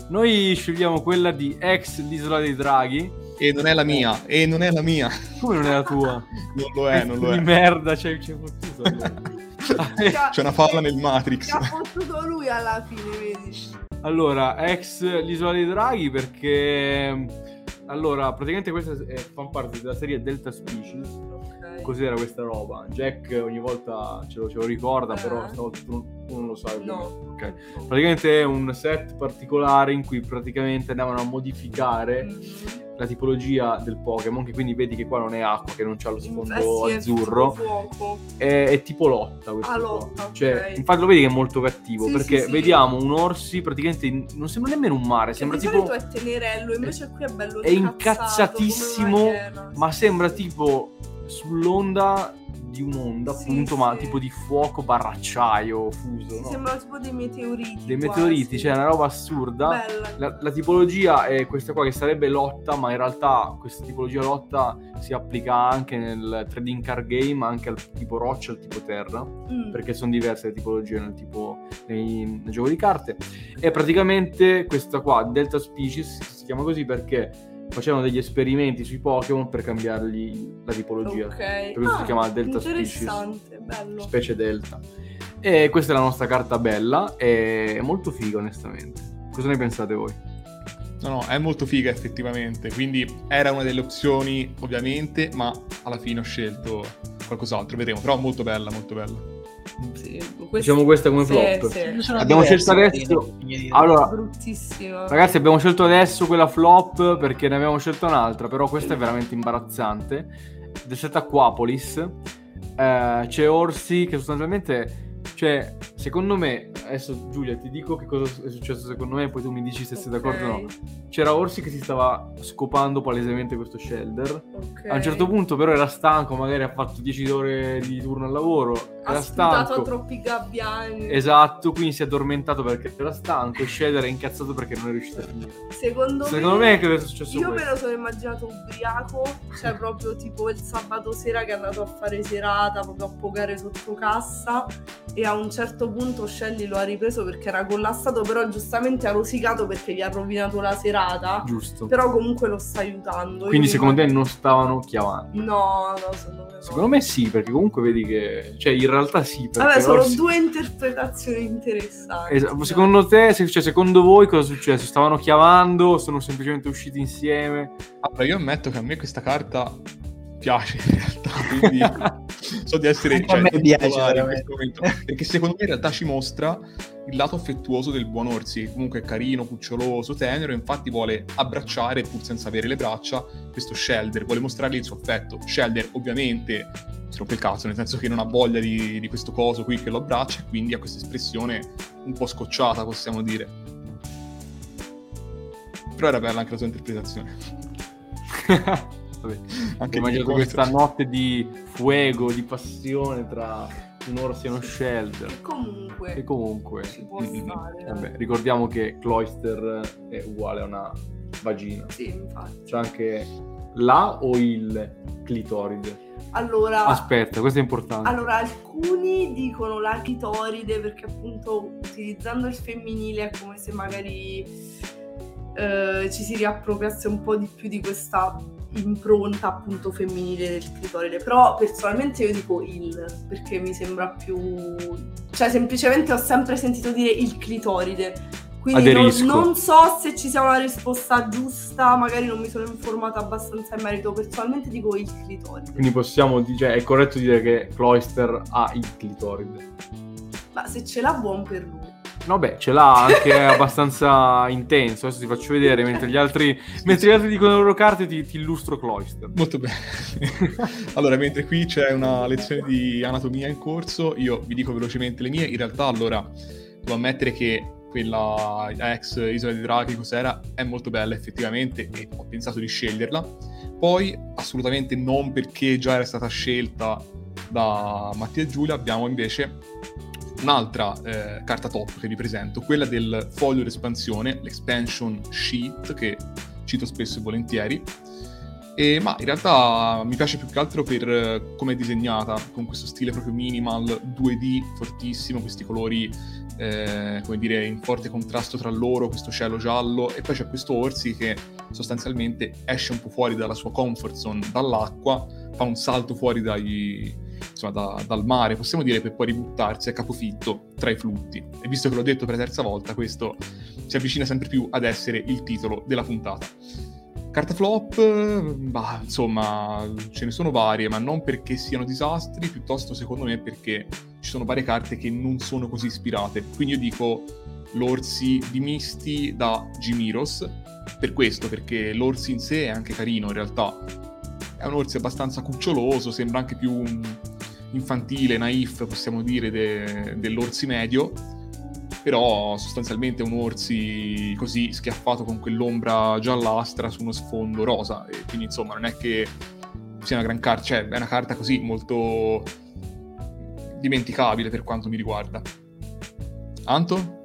A: Noi scegliamo quella di X, l'isola dei draghi.
C: E non è la mia, e non è la mia.
A: Come non è la tua?
C: Non lo è, non lo
A: di
C: è.
A: merda, c'hai c'hai fottuto. Allora.
C: C'è una falla nel Matrix.
E: Ci ha fottuto lui alla fine, vedi?
A: Allora, X, l'isola dei draghi, perché... Allora, praticamente questa è, fa parte della serie Delta Species.
E: Ok.
A: Cos'era questa roba? Jack ogni volta ce lo, ce lo ricorda,
E: Eh.
A: però stavolta tu non, tu non lo sai.
E: No.
A: Ok. Praticamente è un set particolare in cui praticamente andavano a modificare
E: Mm.
A: la tipologia del Pokémon, che quindi vedi che qua non è acqua, che non c'ha lo sfondo
E: Eh sì, è
A: azzurro,
E: fuoco.
A: è, è tipo lotta questo
E: Ah,
A: qua.
E: lotta, ok.
A: Cioè, infatti lo vedi che è molto cattivo,
E: Sì,
A: perché
E: sì, sì.
A: vediamo un orsi praticamente in- non sembra nemmeno un mare,
E: Che
A: sembra
E: di
A: tipo...
E: solito è tenerello, invece qui è bello
A: è
E: incazzato,
A: incazzatissimo,
E: come una iena.
A: ma
E: Sì,
A: sembra
E: sì.
A: tipo sull'onda di un'onda,
E: Sì,
A: appunto, ma
E: sì.
A: tipo di fuoco barra acciaio fuso, no?
E: Sembrano tipo dei meteoriti.
A: Dei
E: quasi.
A: meteoriti, cioè è una roba assurda.
E: Bella.
A: La, la tipologia è questa qua, che sarebbe lotta, ma in realtà questa tipologia lotta si applica anche nel trading card game, anche al tipo roccia, al tipo terra,
E: Mm.
A: perché sono diverse le tipologie nel tipo nei, nel gioco di carte. E praticamente questa qua, Delta Species, si chiama così perché facevano degli esperimenti sui Pokémon per cambiargli la tipologia.
E: Ok.
A: Per questo si chiama Delta Species,
E: Interessante, bello.
A: specie Delta. E questa è la nostra carta bella, è molto figa onestamente. Cosa ne pensate voi?
C: No, no, è molto figa effettivamente, quindi era una delle opzioni ovviamente, ma alla fine ho scelto qualcos'altro, vedremo, però molto bella, molto bella.
E: Sì,
A: Diciamo questa come
E: sì,
A: flop.
E: sì.
D: Sono
A: Abbiamo
D: diversi,
A: scelto adesso-
D: quindi, dire.
A: Allora,
E: Bruttissima.
A: ragazzi, abbiamo scelto adesso quella flop perché ne abbiamo scelto un'altra, però questa è veramente imbarazzante. Del set Aquapolis, eh, c'è Orsi che sostanzialmente, cioè, secondo me, adesso Giulia ti dico che cosa è successo secondo me, poi tu mi dici se sei d'accordo o no. C'era Orsi che si stava scopando palesemente questo Shelder.
E: Ok.
A: A un certo punto però era stanco, magari ha fatto dieci ore di turno al lavoro,
E: ha
A: era
E: sputato
A: stanco.
E: troppi gabbiani.
A: Esatto, quindi si è addormentato perché era stanco e Shader è incazzato perché non è riuscito a finire.
E: Secondo,
A: Secondo me credo sia successo
E: io me
A: questo.
E: lo sono immaginato ubriaco, cioè proprio tipo il sabato sera che è andato a fare serata, proprio a pogare sotto cassa, e a un certo punto Shelly lo ha ripreso perché era collassato, però giustamente ha rosicato perché gli ha rovinato la serata,
A: Giusto.
E: però comunque lo sta aiutando. Io
A: Quindi
E: mi
A: secondo te
E: immagino-
A: non stavano chiamando?
E: No, no, secondo me no.
A: Secondo me sì, perché comunque vedi che... Cioè, in realtà sì, perché
E: Vabbè, sono
A: Orsi-
E: due interpretazioni interessanti.
A: Esatto. Secondo te, se- cioè, secondo voi cosa è successo? Stavano chiamando? Sono semplicemente usciti insieme?
C: Allora, io ammetto che a me questa carta piace in realtà, quindi so di essere
D: Anche a me
C: di
D: piace,
C: trovare in
D: veramente.
C: questo momento, perché secondo me in realtà ci mostra il lato affettuoso del buon Orsi, che comunque è carino, cuccioloso, tenero, infatti vuole abbracciare, pur senza avere le braccia, questo Shelder, vuole mostrargli il suo affetto. Shelder ovviamente si rompe il cazzo, nel senso che non ha voglia di, di questo coso qui che lo abbraccia, e quindi ha questa espressione un po' scocciata, possiamo dire. Però era bella anche la sua interpretazione.
A: Vabbè,
C: Anche
A: immagino
C: qui,
A: questa
C: questo-
A: notte di fuego, di passione tra un orso e uno Shelder.
E: E comunque
A: E comunque,
E: ci può
A: mm,
E: stare.
A: vabbè, ricordiamo che Cloyster è uguale a una vagina.
E: Sì, infatti.
A: C'è anche la o il clitoride?
E: Allora,
A: Aspetta, questo è importante.
E: allora, alcuni dicono la clitoride perché appunto utilizzando il femminile è come se magari eh, ci si riappropriasse un po' di più di questa impronta appunto femminile del clitoride, però personalmente io dico il, perché mi sembra più, cioè semplicemente ho sempre sentito dire il clitoride, quindi non,
A: Aderisco.
E: non so se ci sia una risposta giusta, magari non mi sono informata abbastanza in merito, personalmente dico il clitoride.
A: Quindi possiamo dire, è corretto dire che Cloyster ha il clitoride.
E: Ma se ce l'ha, buon per lui.
A: No, beh, ce l'ha anche abbastanza intenso. Adesso ti faccio vedere, mentre gli altri, mentre gli altri dicono le loro carte, ti, ti illustro Cloyster.
C: Molto bene. Allora, mentre qui c'è una lezione di anatomia in corso, io vi dico velocemente le mie. In realtà, allora, devo ammettere che quella ex Isola dei Draghi, cos'era, è molto bella effettivamente e ho pensato di sceglierla. Poi, assolutamente non perché già era stata scelta da Mattia e Giulia, abbiamo invece un'altra eh, carta top che vi presento, quella del foglio d'espansione, l'expansion sheet, che cito spesso e volentieri. E, ma in realtà mi piace più che altro per eh, come è disegnata, con questo stile proprio minimal, due D fortissimo, questi colori eh, come dire, in forte contrasto tra loro, questo cielo giallo, e poi c'è questo Orsi che sostanzialmente esce un po' fuori dalla sua comfort zone, dall'acqua, fa un salto fuori dai, insomma, da, dal mare, possiamo dire, per poi ributtarsi a capofitto tra i flutti. E visto che l'ho detto per la terza volta, questo si avvicina sempre più ad essere il titolo della puntata. Carta flop, bah, insomma, ce ne sono varie, ma non perché siano disastri, piuttosto secondo me perché ci sono varie carte che non sono così ispirate. Quindi io dico l'Orsi di Misty da Gimiros, per questo, perché l'Orsi in sé è anche carino in realtà. È un Orsi abbastanza cuccioloso, sembra anche più infantile, naif, possiamo dire, de- dell'Orsi medio, però sostanzialmente è un Orsi così schiaffato con quell'ombra giallastra su uno sfondo rosa, e quindi insomma non è che sia una gran carta, cioè è una carta così molto dimenticabile per quanto mi riguarda. Anto?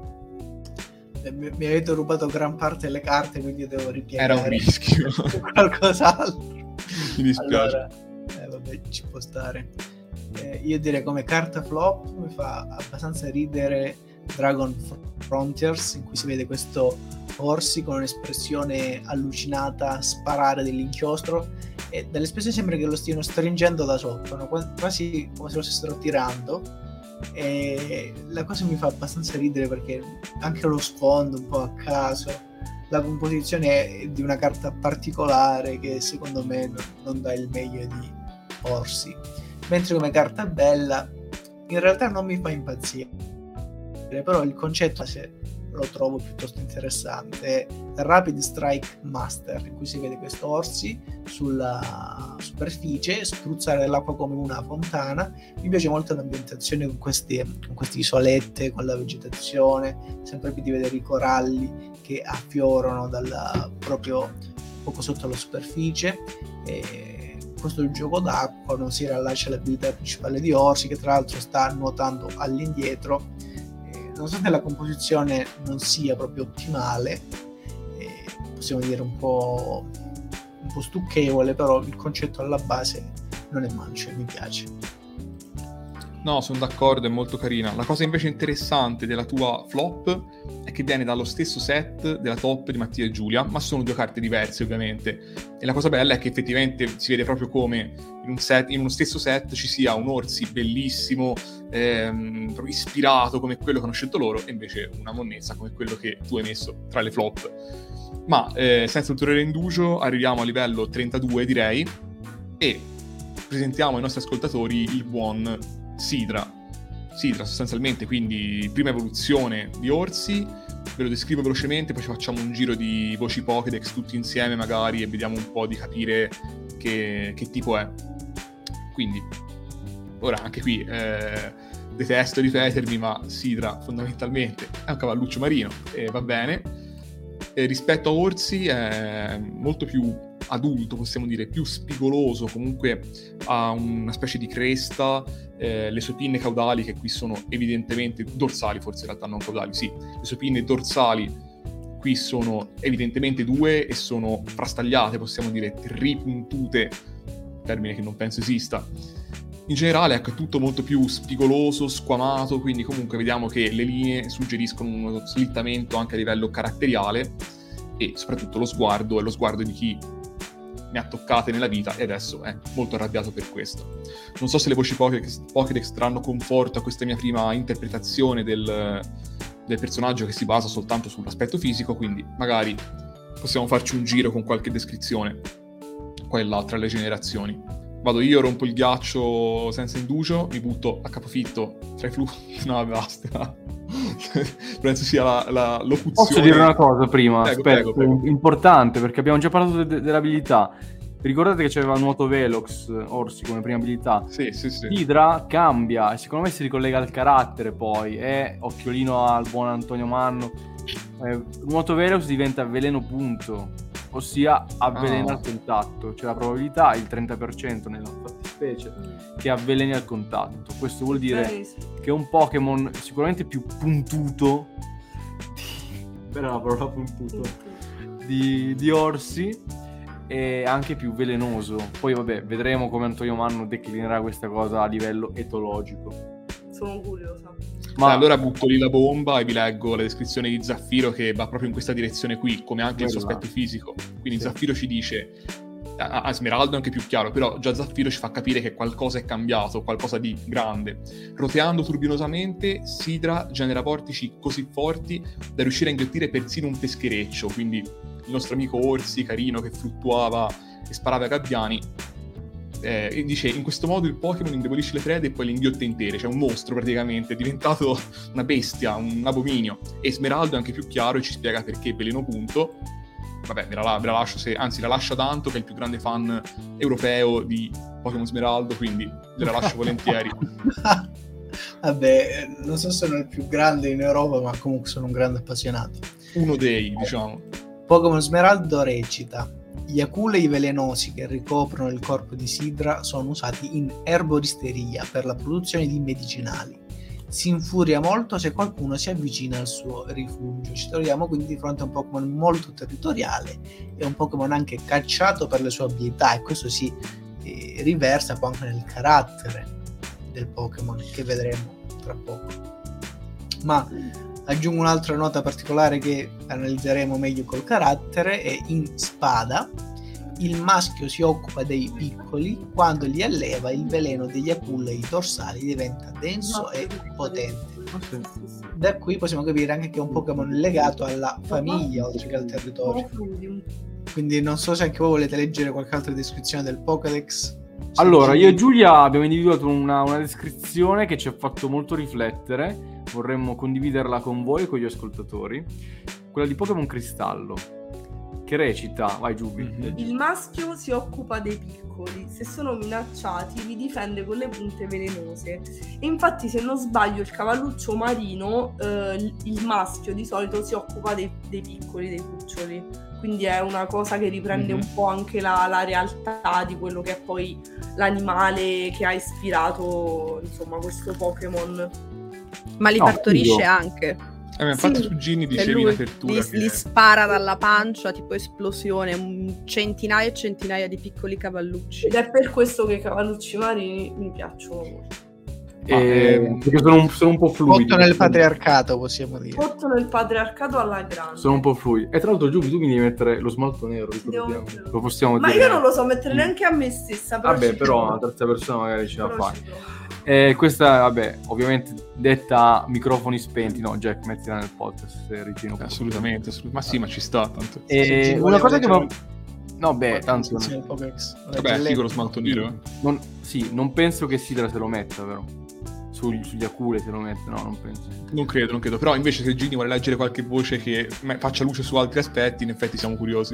D: Mi, mi avete rubato gran parte delle carte, quindi devo ripiegare.
C: Era un rischio.
D: Qualcos'altro.
C: Mi dispiace.
D: Allora, eh, vabbè, ci può stare. Eh, io direi come carta flop mi fa abbastanza ridere Dragon Frontiers, in cui si vede questo Orsi con un'espressione allucinata sparare dell'inchiostro, e dall'espressione sembra che lo stiano stringendo da sotto, no? Quasi come se lo stessero tirando, e la cosa mi fa abbastanza ridere perché anche lo sfondo un po' a caso, la composizione è di una carta particolare che secondo me non, non dà il meglio di Orsi, mentre come carta bella in realtà non mi fa impazzire, però il concetto se lo trovo piuttosto interessante. Rapid Strike Master, in cui si vede questo Orsi sulla superficie spruzzare dell'acqua come una fontana. Mi piace molto l'ambientazione con queste, con queste isolette, con la vegetazione, sempre più di vedere i coralli che affiorano dalla, proprio poco sotto la superficie. E questo è il gioco d'acqua, non si riallaccia all'abilità principale di Orsi, che tra l'altro sta nuotando all'indietro. Nonostante la composizione non sia proprio ottimale, eh, possiamo dire un po', un po' stucchevole, però il concetto alla base non è male, cioè mi piace.
C: No, sono d'accordo, è molto carina. La cosa invece interessante della tua flop è che viene dallo stesso set della top di Mattia e Giulia, ma sono due carte diverse ovviamente. E la cosa bella è che effettivamente si vede proprio come in, un set, in uno stesso set ci sia un Orsi bellissimo, ehm, proprio ispirato come quello che hanno scelto loro, e invece una monnezza come quello che tu hai messo tra le flop. Ma eh, senza ulteriore indugio arriviamo a livello trentadue, direi, e presentiamo ai nostri ascoltatori il buon Sidra. Sidra sostanzialmente, quindi prima evoluzione di Orsi. Ve lo descrivo velocemente, poi ci facciamo un giro di voci Pokédex tutti insieme magari e vediamo un po' di capire che, che tipo è. Quindi ora anche qui eh, detesto ripetermi, ma Sidra fondamentalmente è un cavalluccio marino e va bene. E rispetto a Orsi è molto più adulto, possiamo dire, più spigoloso, comunque ha una specie di cresta, eh, le sue pinne caudali, che qui sono evidentemente dorsali, forse in realtà non caudali, sì, le sue pinne dorsali qui sono evidentemente due e sono frastagliate, possiamo dire ripuntute, termine che non penso esista. In generale ecco, è tutto molto più spigoloso, squamato, quindi comunque vediamo che le linee suggeriscono uno slittamento anche a livello caratteriale, e soprattutto lo sguardo è lo sguardo di chi ne ha toccate nella vita e adesso è molto arrabbiato per questo. Non so se le voci Pokédex, Pokédex daranno conforto a questa mia prima interpretazione del, del personaggio, che si basa soltanto sull'aspetto fisico, quindi magari possiamo farci un giro con qualche descrizione qua e là tra le generazioni. Vado io, rompo il ghiaccio senza indugio, mi butto a capofitto tra i flutti. No, basta. Penso sia la, la locuzione.
A: Posso dire una cosa prima?
C: Prego,
A: Aspetta,
C: prego, prego.
A: importante, perché abbiamo già parlato de- de- dell'abilità. Vi ricordate che c'aveva nuoto velox Orsi come prima abilità?
C: Sì, sì, sì.
A: Sidra cambia e secondo me si ricollega al carattere poi. E occhiolino al buon Antonio Manno. Eh, nuoto velox diventa veleno punto, ossia avvelena
C: Ah.
A: al contatto. C'è la probabilità, il trenta per cento nella fattispecie, che avveleni al contatto. Questo vuol dire
E: Eh, sì.
A: che è un Pokémon sicuramente più puntuto per la parola puntuto di, di Orsi, e anche più velenoso. Poi vabbè, vedremo come Antonio Manno declinerà questa cosa a livello etologico.
E: Sono curiosa.
C: Ma allora butto lì la bomba e vi leggo la descrizione di Zaffiro, che va proprio in questa direzione qui, come anche il suo aspetto fisico. Quindi sì. Zaffiro ci dice, a, a Smeraldo è anche più chiaro, però già Zaffiro ci fa capire che qualcosa è cambiato, qualcosa di grande. Roteando turbinosamente, Sidra genera vortici così forti da riuscire a inghiottire persino un peschereccio, quindi il nostro amico Orsi, carino, che fluttuava e sparava ai gabbiani. Eh, e dice, in questo modo il Pokémon indebolisce le prede e poi le inghiotte intere, cioè un mostro praticamente, è diventato una bestia, un abominio. E Smeraldo è anche più chiaro e ci spiega perché Veleno Punto, vabbè ve la, ve la lascio, se, anzi la lascia tanto, che è il più grande fan europeo di Pokémon Smeraldo, quindi ve la lascio volentieri.
D: Vabbè, non so se sono il più grande in Europa, ma comunque sono un grande appassionato.
C: Uno dei, diciamo.
D: Pokémon Smeraldo recita: gli aculei velenosi che ricoprono il corpo di Sidra sono usati in erboristeria per la produzione di medicinali. Si infuria molto se qualcuno si avvicina al suo rifugio. Ci troviamo quindi di fronte a un Pokémon molto territoriale e un Pokémon anche cacciato per le sue abilità, e questo si eh, riversa poi anche nel carattere del Pokémon, che vedremo tra poco. Ma aggiungo un'altra nota particolare che analizzeremo meglio col carattere: e in Spada il maschio si occupa dei piccoli, quando li alleva il veleno degli aculei dorsali diventa denso e potente. Da qui possiamo capire anche che è un Pokémon legato alla famiglia oltre che al territorio. Quindi non so se anche voi volete leggere qualche altra descrizione del Pokédex.
A: Allora, io e Giulia abbiamo individuato una, una descrizione che ci ha fatto molto riflettere, vorremmo condividerla con voi e con gli ascoltatori, quella di Pokémon Cristallo, che recita, vai Giubi.
E: Mm-hmm. Il maschio si occupa dei piccoli, se sono minacciati li difende con le punte velenose. E infatti, se non sbaglio, il cavalluccio marino, eh, il maschio di solito si occupa dei, dei piccoli, dei cuccioli. Quindi è una cosa che riprende mm-hmm. un po' anche la, la realtà di quello che è poi l'animale che ha ispirato, insomma, questo Pokémon.
B: Ma li no, partorisce io. anche.
C: Eh, infatti sì, su Ginny dicevi in apertura
B: li,
C: che...
B: li spara dalla pancia, tipo esplosione, un centinaia e centinaia di piccoli cavallucci.
E: Ed è per questo che i cavallucci marini mi piacciono molto.
A: Eh, perché sono un, sono un po' fluidi.
D: Sotto nel patriarcato, possiamo dire.
E: Sotto nel patriarcato alla grande.
A: Sono un po' fluidi. E tra l'altro Giubi, tu mi devi mettere lo smalto nero, lo possiamo
E: Ma
A: dire.
E: io non lo so mettere neanche a me stessa. Però
A: vabbè, però una terza persona magari ce la fa. Eh, questa, vabbè, ovviamente detta a microfoni spenti. No, Jack, mettila nel podcast se ritieni.
C: Assolutamente, assolutamente. Ma sì, ma ci sta tanto.
A: Eh, una cosa che va... No, beh, tanto...
C: Vabbè, figo lo smalto nero. Eh.
A: Non... Sì, non penso che Sidra se lo metta, però. Sugli, sugli acule se lo mette, no, non penso.
C: Non credo, non credo. Però invece se Ginny vuole leggere qualche voce che faccia luce su altri aspetti, in effetti siamo curiosi.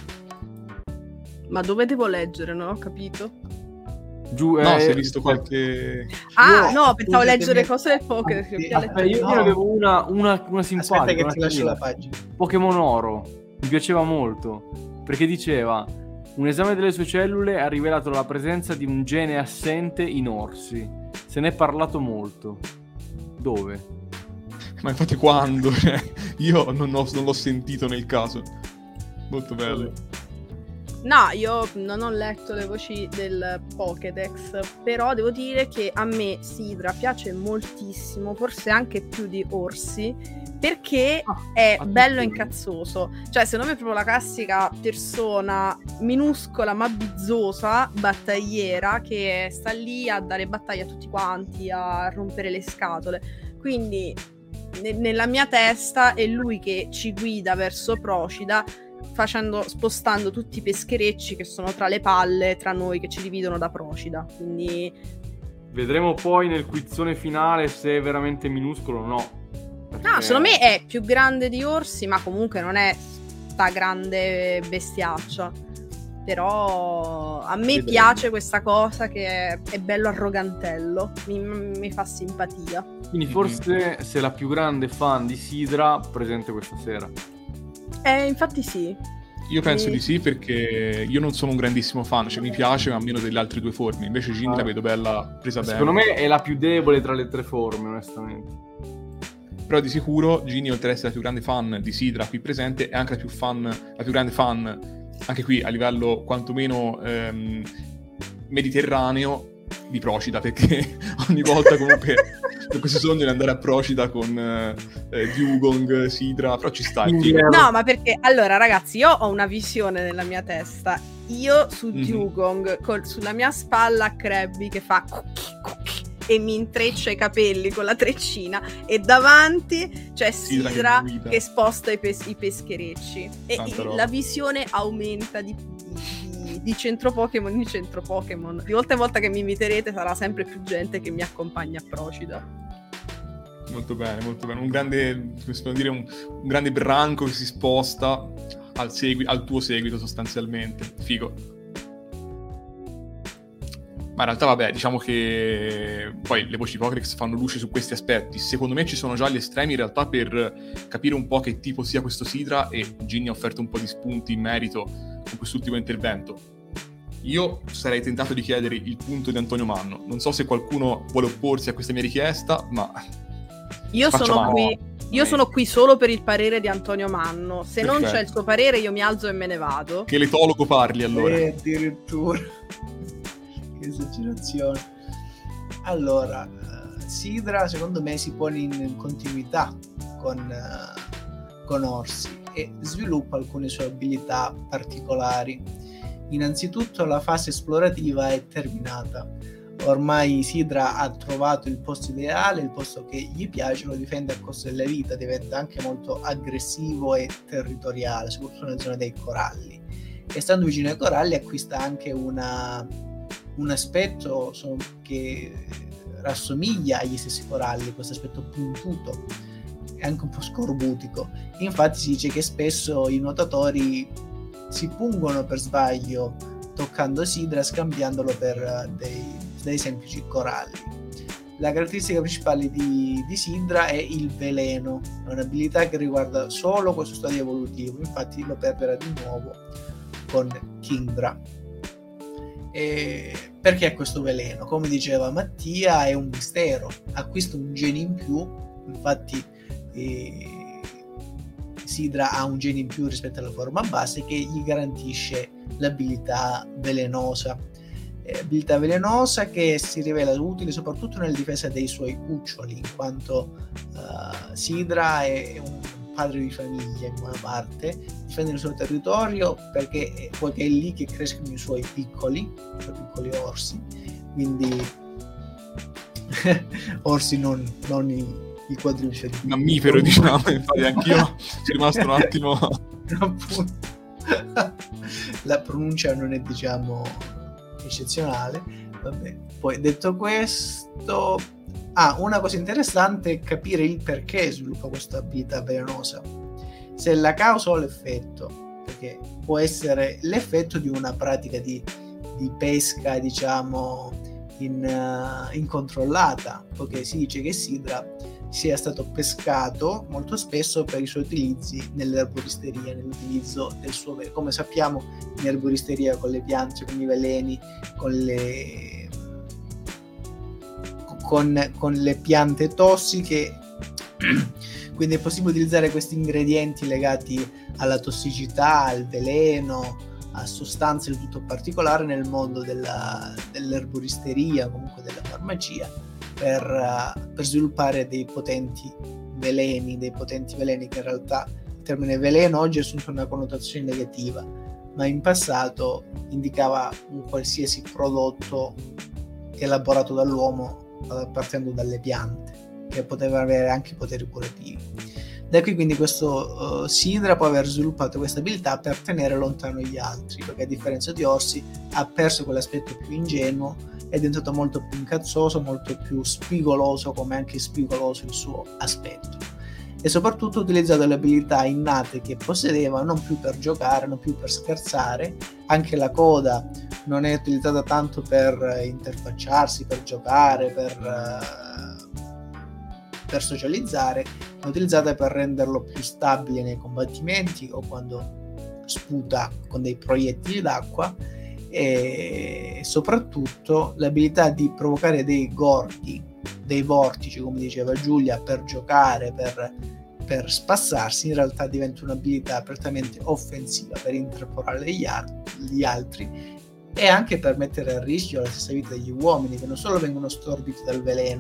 B: Ma dove devo leggere? Non ho capito.
A: Giù,
C: no,
A: eh,
C: se hai visto qualche...
B: Ah, io, no, pensavo leggere me... cose del Pokédex.
A: Sì, io, io no. avevo una, una, una simpatica.
D: Aspetta che
A: una
D: ti lascio la pagina.
A: Pokémon Oro. Mi piaceva molto. Perché diceva: un esame delle sue cellule ha rivelato la presenza di un gene assente in orsi. Se ne è parlato molto. Dove?
C: Ma infatti quando? Io non, ho, non l'ho sentito nel caso. Molto bello.
B: No, io non ho letto le voci del Pokédex, però devo dire che a me Sidra piace moltissimo, forse anche più di Orsi, perché ah, è bello e incazzoso. Cioè, secondo me è proprio la classica persona minuscola ma bizzosa, battagliera, che sta lì a dare battaglia a tutti quanti, a rompere le scatole. Quindi ne- nella mia testa è lui che ci guida verso Procida, facendo, spostando tutti i pescherecci che sono tra le palle tra noi che ci dividono da Procida. Quindi
A: vedremo poi nel quizzone finale se è veramente minuscolo o no.
B: Perché... No, secondo me è più grande di Orsi, ma comunque non è sta grande bestiaccia. Però a me vedremo. Piace questa cosa che è, è bello arrogantello, mi, mi fa simpatia.
A: Quindi forse se la più grande fan di Sidra presente questa sera.
B: Eh, infatti sì.
C: Io penso e... di sì, perché io non sono un grandissimo fan, cioè mi piace ma meno delle altre due forme. Invece Ginny ah. la vedo bella presa bene.
A: Secondo me è la più debole tra le tre forme, onestamente.
C: Però di sicuro Ginny, oltre ad essere la più grande fan di Sidra qui presente, è anche la più fan, la più grande fan, anche qui a livello quantomeno ehm, mediterraneo, di Procida, perché ogni volta comunque questo sogno di andare a Procida con eh, Dugong, Sidra, però ci sta.
B: No, ma perché, allora ragazzi, io ho una visione nella mia testa. Io su
C: Mhm.
B: Dugong, col- sulla mia spalla Krabby che fa cucchi, cucchi, e mi intreccia i capelli con la treccina, e davanti c'è
C: Sidra che
B: Sidra
C: guida.
B: che sposta i, pes- i pescherecci, e
C: Tanta
B: i-
C: roba.
B: la visione aumenta di, di, di centro Pokémon in centro Pokémon. Di volta in volta che mi inviterete sarà sempre più gente che mi accompagna a Procida.
C: Molto bene, molto bene. Un grande, come si può dire, un, un grande branco che si sposta al, segui- al tuo seguito sostanzialmente. Figo. Ma in realtà vabbè, diciamo che poi le voci Pokédex fanno luce su questi aspetti. Secondo me ci sono già gli estremi in realtà per capire un po' che tipo sia questo Sidra, e Ginny ha offerto un po' di spunti in merito con quest'ultimo intervento. Io sarei tentato di chiedere il punto di Antonio Manno. Non so se qualcuno vuole opporsi a questa mia richiesta, ma
B: Io sono
C: Facciamo-
B: qui, io sono qui solo per il parere di Antonio Manno. Se non
C: Perfetto.
B: c'è il suo parere, io mi alzo e me ne vado.
C: che l'etologo parli allora.
D: Eh, addirittura. Che esagerazione. Allora, eh, Sidra secondo me si pone in continuità con, eh, con Orsi e sviluppa alcune sue abilità particolari. Innanzitutto la fase esplorativa è terminata. Ormai Sidra ha trovato il posto ideale, il posto che gli piace, lo difende a costo della vita, diventa anche molto aggressivo e territoriale, soprattutto nella zona dei coralli. E stando vicino ai coralli acquista anche una, un aspetto so- che rassomiglia agli stessi coralli, questo aspetto puntuto e anche un po' scorbutico. Infatti si dice che spesso i nuotatori si pungono per sbaglio toccando Sidra, scambiandolo per eh, dei, dei semplici coralli. La caratteristica principale di, di Sidra è il veleno, è un'abilità che riguarda solo questo stadio evolutivo, infatti lo perderà di nuovo con Kingdra. E perché questo veleno? Come diceva Mattia, è un mistero, acquista un gene in più, infatti eh, Sidra ha un gene in più rispetto alla forma base che gli garantisce l'abilità velenosa. Eh, abilità velenosa che si rivela utile soprattutto nella difesa dei suoi cuccioli, in quanto uh, Sidra è un padre di famiglia in buona parte, difende il suo territorio perché poiché è lì che crescono i suoi piccoli, i suoi piccoli orsi, quindi orsi non, non i, i quadricedi.
C: Mammifero, diciamo, infatti anch'io sono rimasto un attimo.
D: Appunto. La pronuncia non è, diciamo, eccezionale. Vabbè. Poi detto questo, ah, una cosa interessante è capire il perché sviluppa questa abilità velenosa, se la causa o l'effetto, perché può essere l'effetto di una pratica di, di pesca, diciamo, in, uh, incontrollata, poiché si dice che Sidra sia stato pescato molto spesso per i suoi utilizzi nell'erboristeria, nell'utilizzo del suo veleno. Come sappiamo, in erboristeria con le piante, con i veleni, con le, con, con le piante tossiche, quindi è possibile utilizzare questi ingredienti legati alla tossicità, al veleno, a sostanze di tutto particolare nel mondo della, dell'erboristeria, comunque della farmacia, Per, uh, per sviluppare dei potenti veleni, dei potenti veleni che in realtà il termine veleno oggi ha assunto una connotazione negativa, ma in passato indicava un qualsiasi prodotto elaborato dall'uomo uh, partendo dalle piante, che poteva avere anche poteri curativi. Da qui quindi questo uh, Sidra può aver sviluppato questa abilità per tenere lontano gli altri, perché a differenza di Orsi ha perso quell'aspetto più ingenuo, è diventato molto più incazzoso, molto più spigoloso, come anche spigoloso il suo aspetto, e soprattutto ha utilizzato le abilità innate che possedeva non più per giocare, non più per scherzare. Anche la coda non è utilizzata tanto per interfacciarsi, per giocare, per, per socializzare, è utilizzata per renderlo più stabile nei combattimenti o quando sputa con dei proiettili d'acqua, e soprattutto l'abilità di provocare dei gorghi, dei vortici, come diceva Giulia, per giocare, per, per spassarsi, in realtà diventa un'abilità apertamente offensiva per interporare gli, ar- gli altri, e anche per mettere a rischio la stessa vita degli uomini, che non solo vengono storditi dal veleno,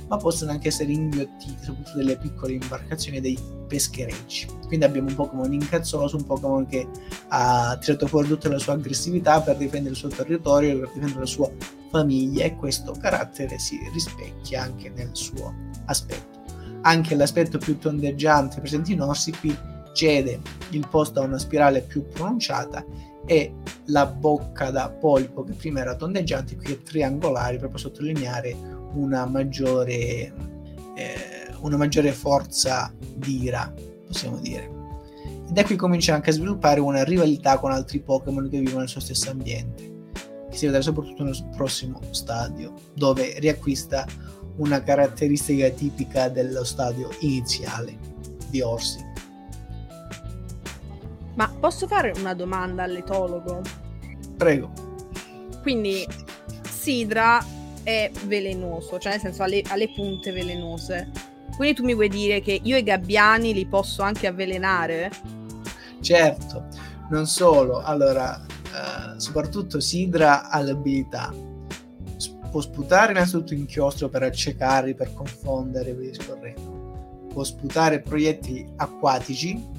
D: ma possono anche essere inghiottiti, soprattutto delle piccole imbarcazioni e dei pescherecci. Quindi abbiamo un Pokémon incazzoso, un Pokémon che ha tirato fuori tutta la sua aggressività per difendere il suo territorio, per difendere la sua famiglia, e questo carattere si rispecchia anche nel suo aspetto. Anche l'aspetto più tondeggiante presente in Orsi qui cede il posto a una spirale più pronunciata, e la bocca da polpo, che prima era tondeggiante, qui è triangolare, proprio a sottolineare una maggiore eh, una maggiore forza d'ira, possiamo dire. E da qui comincia anche a sviluppare una rivalità con altri Pokémon che vivono nel suo stesso ambiente, che si vedrà soprattutto nel prossimo stadio, dove riacquista una caratteristica tipica dello stadio iniziale di Orsi.
B: Ma posso fare una domanda all'etologo?
D: Prego.
B: Quindi Sidra è velenoso, cioè nel senso ha le, ha le punte velenose. Quindi tu mi vuoi dire che io i gabbiani li posso anche avvelenare?
D: Certo, non solo. Allora, eh, soprattutto Sidra ha l'abilità. Può sputare innanzitutto inchiostro per accecare, per confondere e via discorrendo. Può sputare proiettili acquatici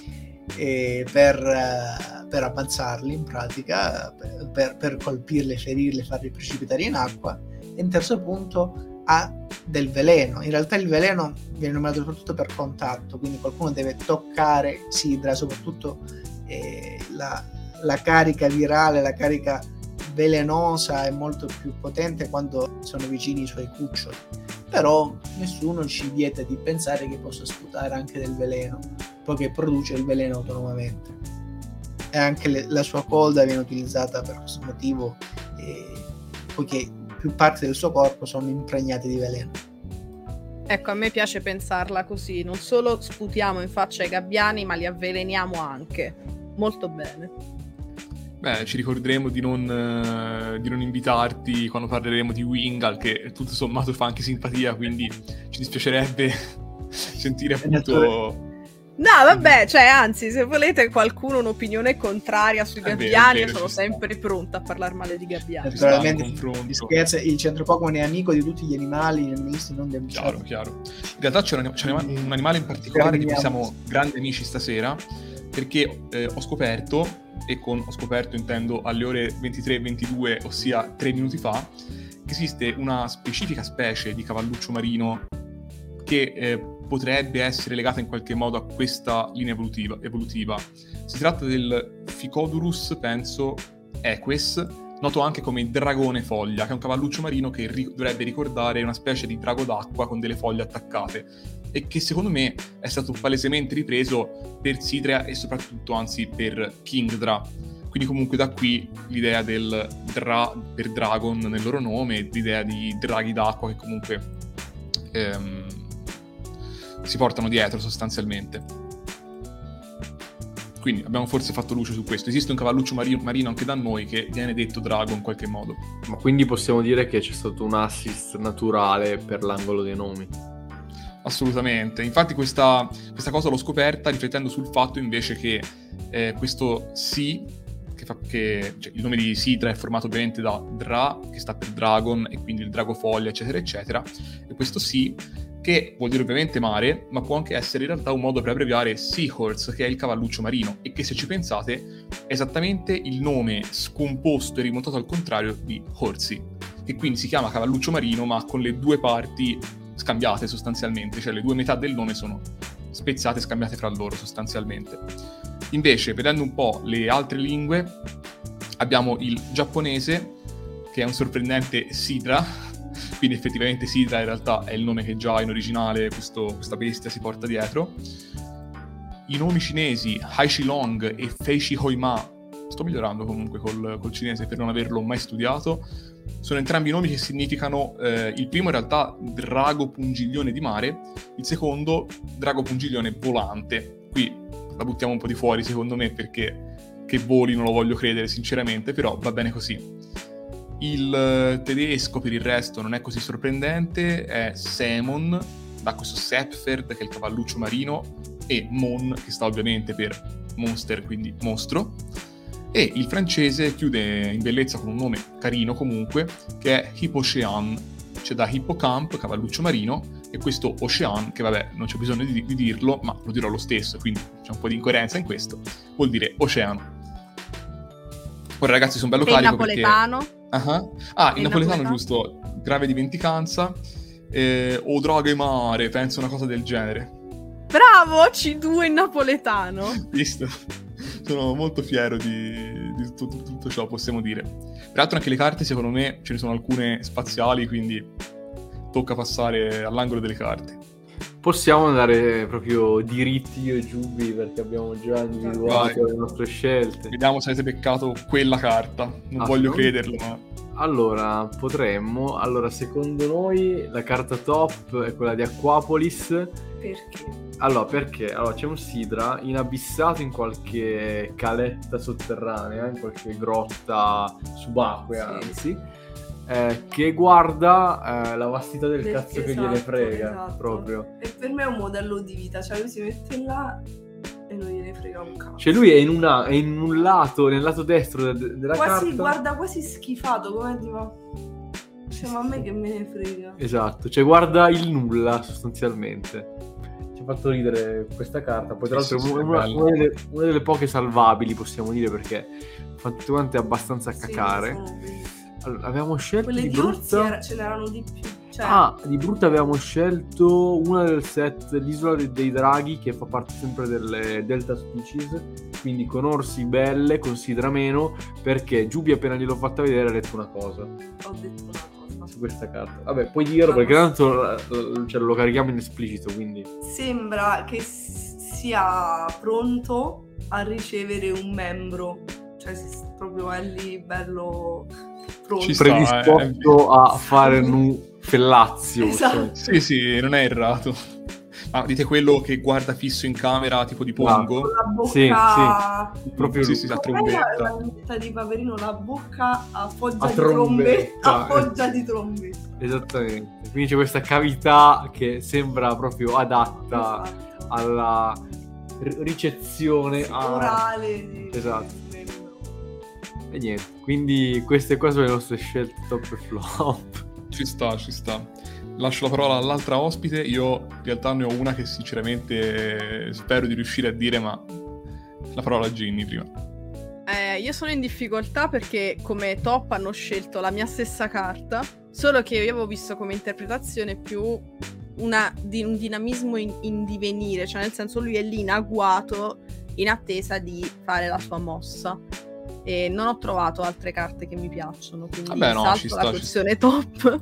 D: e per, uh, per ammazzarli in pratica, per, per colpirli, ferirli, farli precipitare in acqua. E in terzo punto ha del veleno. In realtà il veleno viene nominato soprattutto per contatto, quindi qualcuno deve toccare Sidra, soprattutto eh, la, la carica virale, la carica velenosa è molto più potente quando sono vicini i suoi cuccioli, però nessuno ci vieta di pensare che possa sputare anche del veleno, poiché produce il veleno autonomamente, e anche le, la sua coda viene utilizzata per questo motivo, eh, poiché più parti del suo corpo sono impregnate di veleno.
B: Ecco, a me piace pensarla così, non solo sputiamo in faccia ai gabbiani, ma li avveleniamo anche. Molto bene.
C: Beh, ci ricorderemo di non, uh, di non invitarti quando parleremo di Wingull, che tutto sommato fa anche simpatia, quindi ci dispiacerebbe sentire appunto...
B: No, vabbè, cioè, anzi, se volete qualcuno un'opinione contraria sui
C: È vero,
B: gabbiani,
C: è vero,
B: io sono
C: ci sta.
B: sempre pronta a parlare male di gabbiani.
D: Naturalmente, di scherzo, il centro Pokémon è amico di tutti gli animali, gli animalisti non del
C: Chiaro, chiaro. In realtà c'è un, c'è un animale in particolare di cui siamo grandi amici stasera, perché eh, ho scoperto, e con ho scoperto intendo alle ore ventitré e ventidue, ossia tre minuti fa, che esiste una specifica specie di cavalluccio marino che eh, potrebbe essere legata in qualche modo a questa linea evolutiva. evolutiva. Si tratta del Ficodurus, penso, eques, noto anche come dragone foglia, che è un cavalluccio marino che ri- dovrebbe ricordare una specie di drago d'acqua con delle foglie attaccate, e che secondo me è stato palesemente ripreso per Sidra e soprattutto, anzi, per Kingdra. Quindi comunque da qui l'idea del dra per dragon nel loro nome, l'idea di draghi d'acqua che comunque ehm, si portano dietro sostanzialmente. Quindi abbiamo forse fatto luce su questo. Esiste un cavalluccio marino, marino anche da noi che viene detto drago in qualche modo.
A: Ma quindi possiamo dire che c'è stato un assist naturale per l'angolo dei nomi?
C: Assolutamente. Infatti questa, questa cosa l'ho scoperta riflettendo sul fatto invece che eh, questo sì, che fa, che, cioè, il nome di Sidra è formato ovviamente da Dra, che sta per Dragon, e quindi il drago foglia, eccetera, eccetera. E questo sì, che vuol dire ovviamente mare, ma può anche essere in realtà un modo per abbreviare Seahorse, che è il cavalluccio marino, e che, se ci pensate, è esattamente il nome scomposto e rimontato al contrario di Horsey, che quindi si chiama cavalluccio marino, ma con le due parti scambiate sostanzialmente, cioè le due metà del nome sono spezzate e scambiate fra loro sostanzialmente. Invece, vedendo un po' le altre lingue, abbiamo il giapponese, che è un sorprendente Sidra, quindi effettivamente Sidra in realtà è il nome che già in originale questo, questa bestia si porta dietro. I nomi cinesi Haishilong e Feishi-Hoima, sto migliorando comunque col, col cinese per non averlo mai studiato, sono entrambi nomi che significano, eh, il primo in realtà drago pungiglione di mare, il secondo drago pungiglione volante. Qui la buttiamo un po' di fuori secondo me, perché che voli non lo voglio credere sinceramente, però va bene così. Il tedesco per il resto non è così sorprendente, è Semon, da questo Sepferd che è il cavalluccio marino, e Mon che sta ovviamente per monster, quindi mostro. E il francese chiude in bellezza con un nome carino comunque, che è Hippocean, c'è da Hippocamp, cavalluccio marino, e questo Ocean, che vabbè, non c'è bisogno di, di dirlo, ma lo dirò lo stesso, quindi c'è un po' di incoerenza in questo, vuol dire Oceano. Ora ragazzi, sono bello
B: E il
C: carico
B: napoletano?
C: perché... Uh-huh. Ah,
B: E
C: il
B: il
C: napoletano,
B: napoletano?
C: giusto, grave dimenticanza, eh, o droga e mare, penso una cosa del genere.
B: Bravo, C due in napoletano.
C: Visto? Sono molto fiero di, di tutto, tutto, tutto ciò, possiamo dire. Peraltro anche le carte, secondo me, ce ne sono alcune spaziali, quindi tocca passare all'angolo delle carte.
A: Possiamo andare proprio diritti io e Giubi, perché abbiamo già individuato
C: Vai.
A: le nostre scelte.
C: Vediamo se avete beccato quella carta. Non
A: Ah,
C: voglio
A: no?
C: crederlo, ma...
A: Allora, potremmo... Allora, secondo noi la carta top è quella di Aquapolis.
E: Perché?
A: Allora, perché? Allora, c'è un Sidra inabissato in qualche caletta sotterranea, in qualche grotta subacquea,
E: Sì.
A: anzi, eh, che guarda eh, la vastità del
E: Del-
A: cazzo che
E: esatto,
A: gliene frega,
E: esatto.
A: proprio.
E: E per me è un modello di vita, cioè lui si mette là e non gliene frega un cazzo.
A: Cioè lui è in, una, è in un lato, nel lato destro de- della
E: quasi,
A: carta.
E: guarda quasi schifato, come di ma... Cioè, ma a me che me ne frega.
A: Esatto, cioè guarda il nulla sostanzialmente. Ci ha fatto ridere questa carta. Poi tra
C: Sì,
A: l'altro
C: sì,
A: è
C: è
A: una,
C: bello.
A: una delle, una delle poche salvabili, possiamo dire, perché fanno tutte quante abbastanza a
E: Sì,
A: cacare.
E: sono bellissime.
A: Allora, avevamo scelto
E: Quelle
A: di
E: di Orsi
A: brutta.
E: era- ce n'erano di più. Cioè,
A: Ah, di brutta avevamo scelto una del set, l'isola dei draghi, che fa parte sempre delle Delta Species, quindi con orsi belle, con Sidra meno, perché Giubi appena gliel'ho fatta vedere ha detto una cosa
E: ho detto una cosa.
A: su questa carta. Vabbè, puoi dirlo perché tanto eh, cioè, lo carichiamo in esplicito, quindi...
E: Sembra che s- sia pronto a ricevere un membro. Cioè, si- proprio è lì bello pronto.
C: Ci sta,
A: predisposto a fare un fellazio.
E: Esatto.
A: cioè.
C: Sì, sì, non è errato. Ma dite quello che guarda fisso in camera, tipo di Pongo?
E: Con la bocca...
A: Sì, Proprio
C: Sì,
A: lui.
C: sì, la
E: Com'è la,
C: trombetta.
E: la vita di Paperino, la bocca a foggia
A: A
E: di
A: trombetta,
E: trombetta. A
A: eh.
E: foggia di trombetta.
A: Esattamente. Quindi c'è questa cavità che sembra proprio adatta
E: Esatto.
A: alla ri- ricezione a...
E: Orale di...
A: Esatto.
E: di membro.
A: E niente, quindi queste qua sono le nostre scelte top e flop.
C: Ci sta, ci sta. Lascio la parola all'altra ospite. Io in realtà ne ho una che sinceramente spero di riuscire a dire, ma la parola a Ginny prima.
B: Eh, io sono in difficoltà perché come top hanno scelto la mia stessa carta, solo che io avevo visto come interpretazione più una, di un dinamismo in, in divenire, cioè nel senso lui è lì in agguato in attesa di fare la sua mossa. E non ho trovato altre carte che mi piacciono, quindi
C: Vabbè, no,
B: salto
C: ci
B: la
C: sta, ci
B: questione top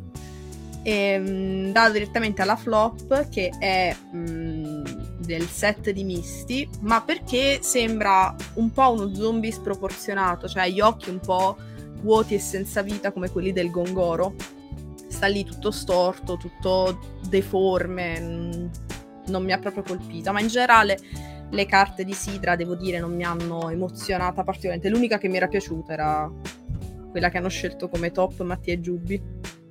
B: e mh, vado direttamente alla flop, che è mh, del set di Misty, ma perché sembra un po' uno zombie sproporzionato, cioè ha gli occhi un po' vuoti e senza vita come quelli del Gongoro, sta lì tutto storto, tutto deforme, mh, non mi ha proprio colpita, ma in generale le carte di Sidra, devo dire, non mi hanno emozionata particolarmente. L'unica che mi era piaciuta era quella che hanno scelto come top Mattia e Giubi.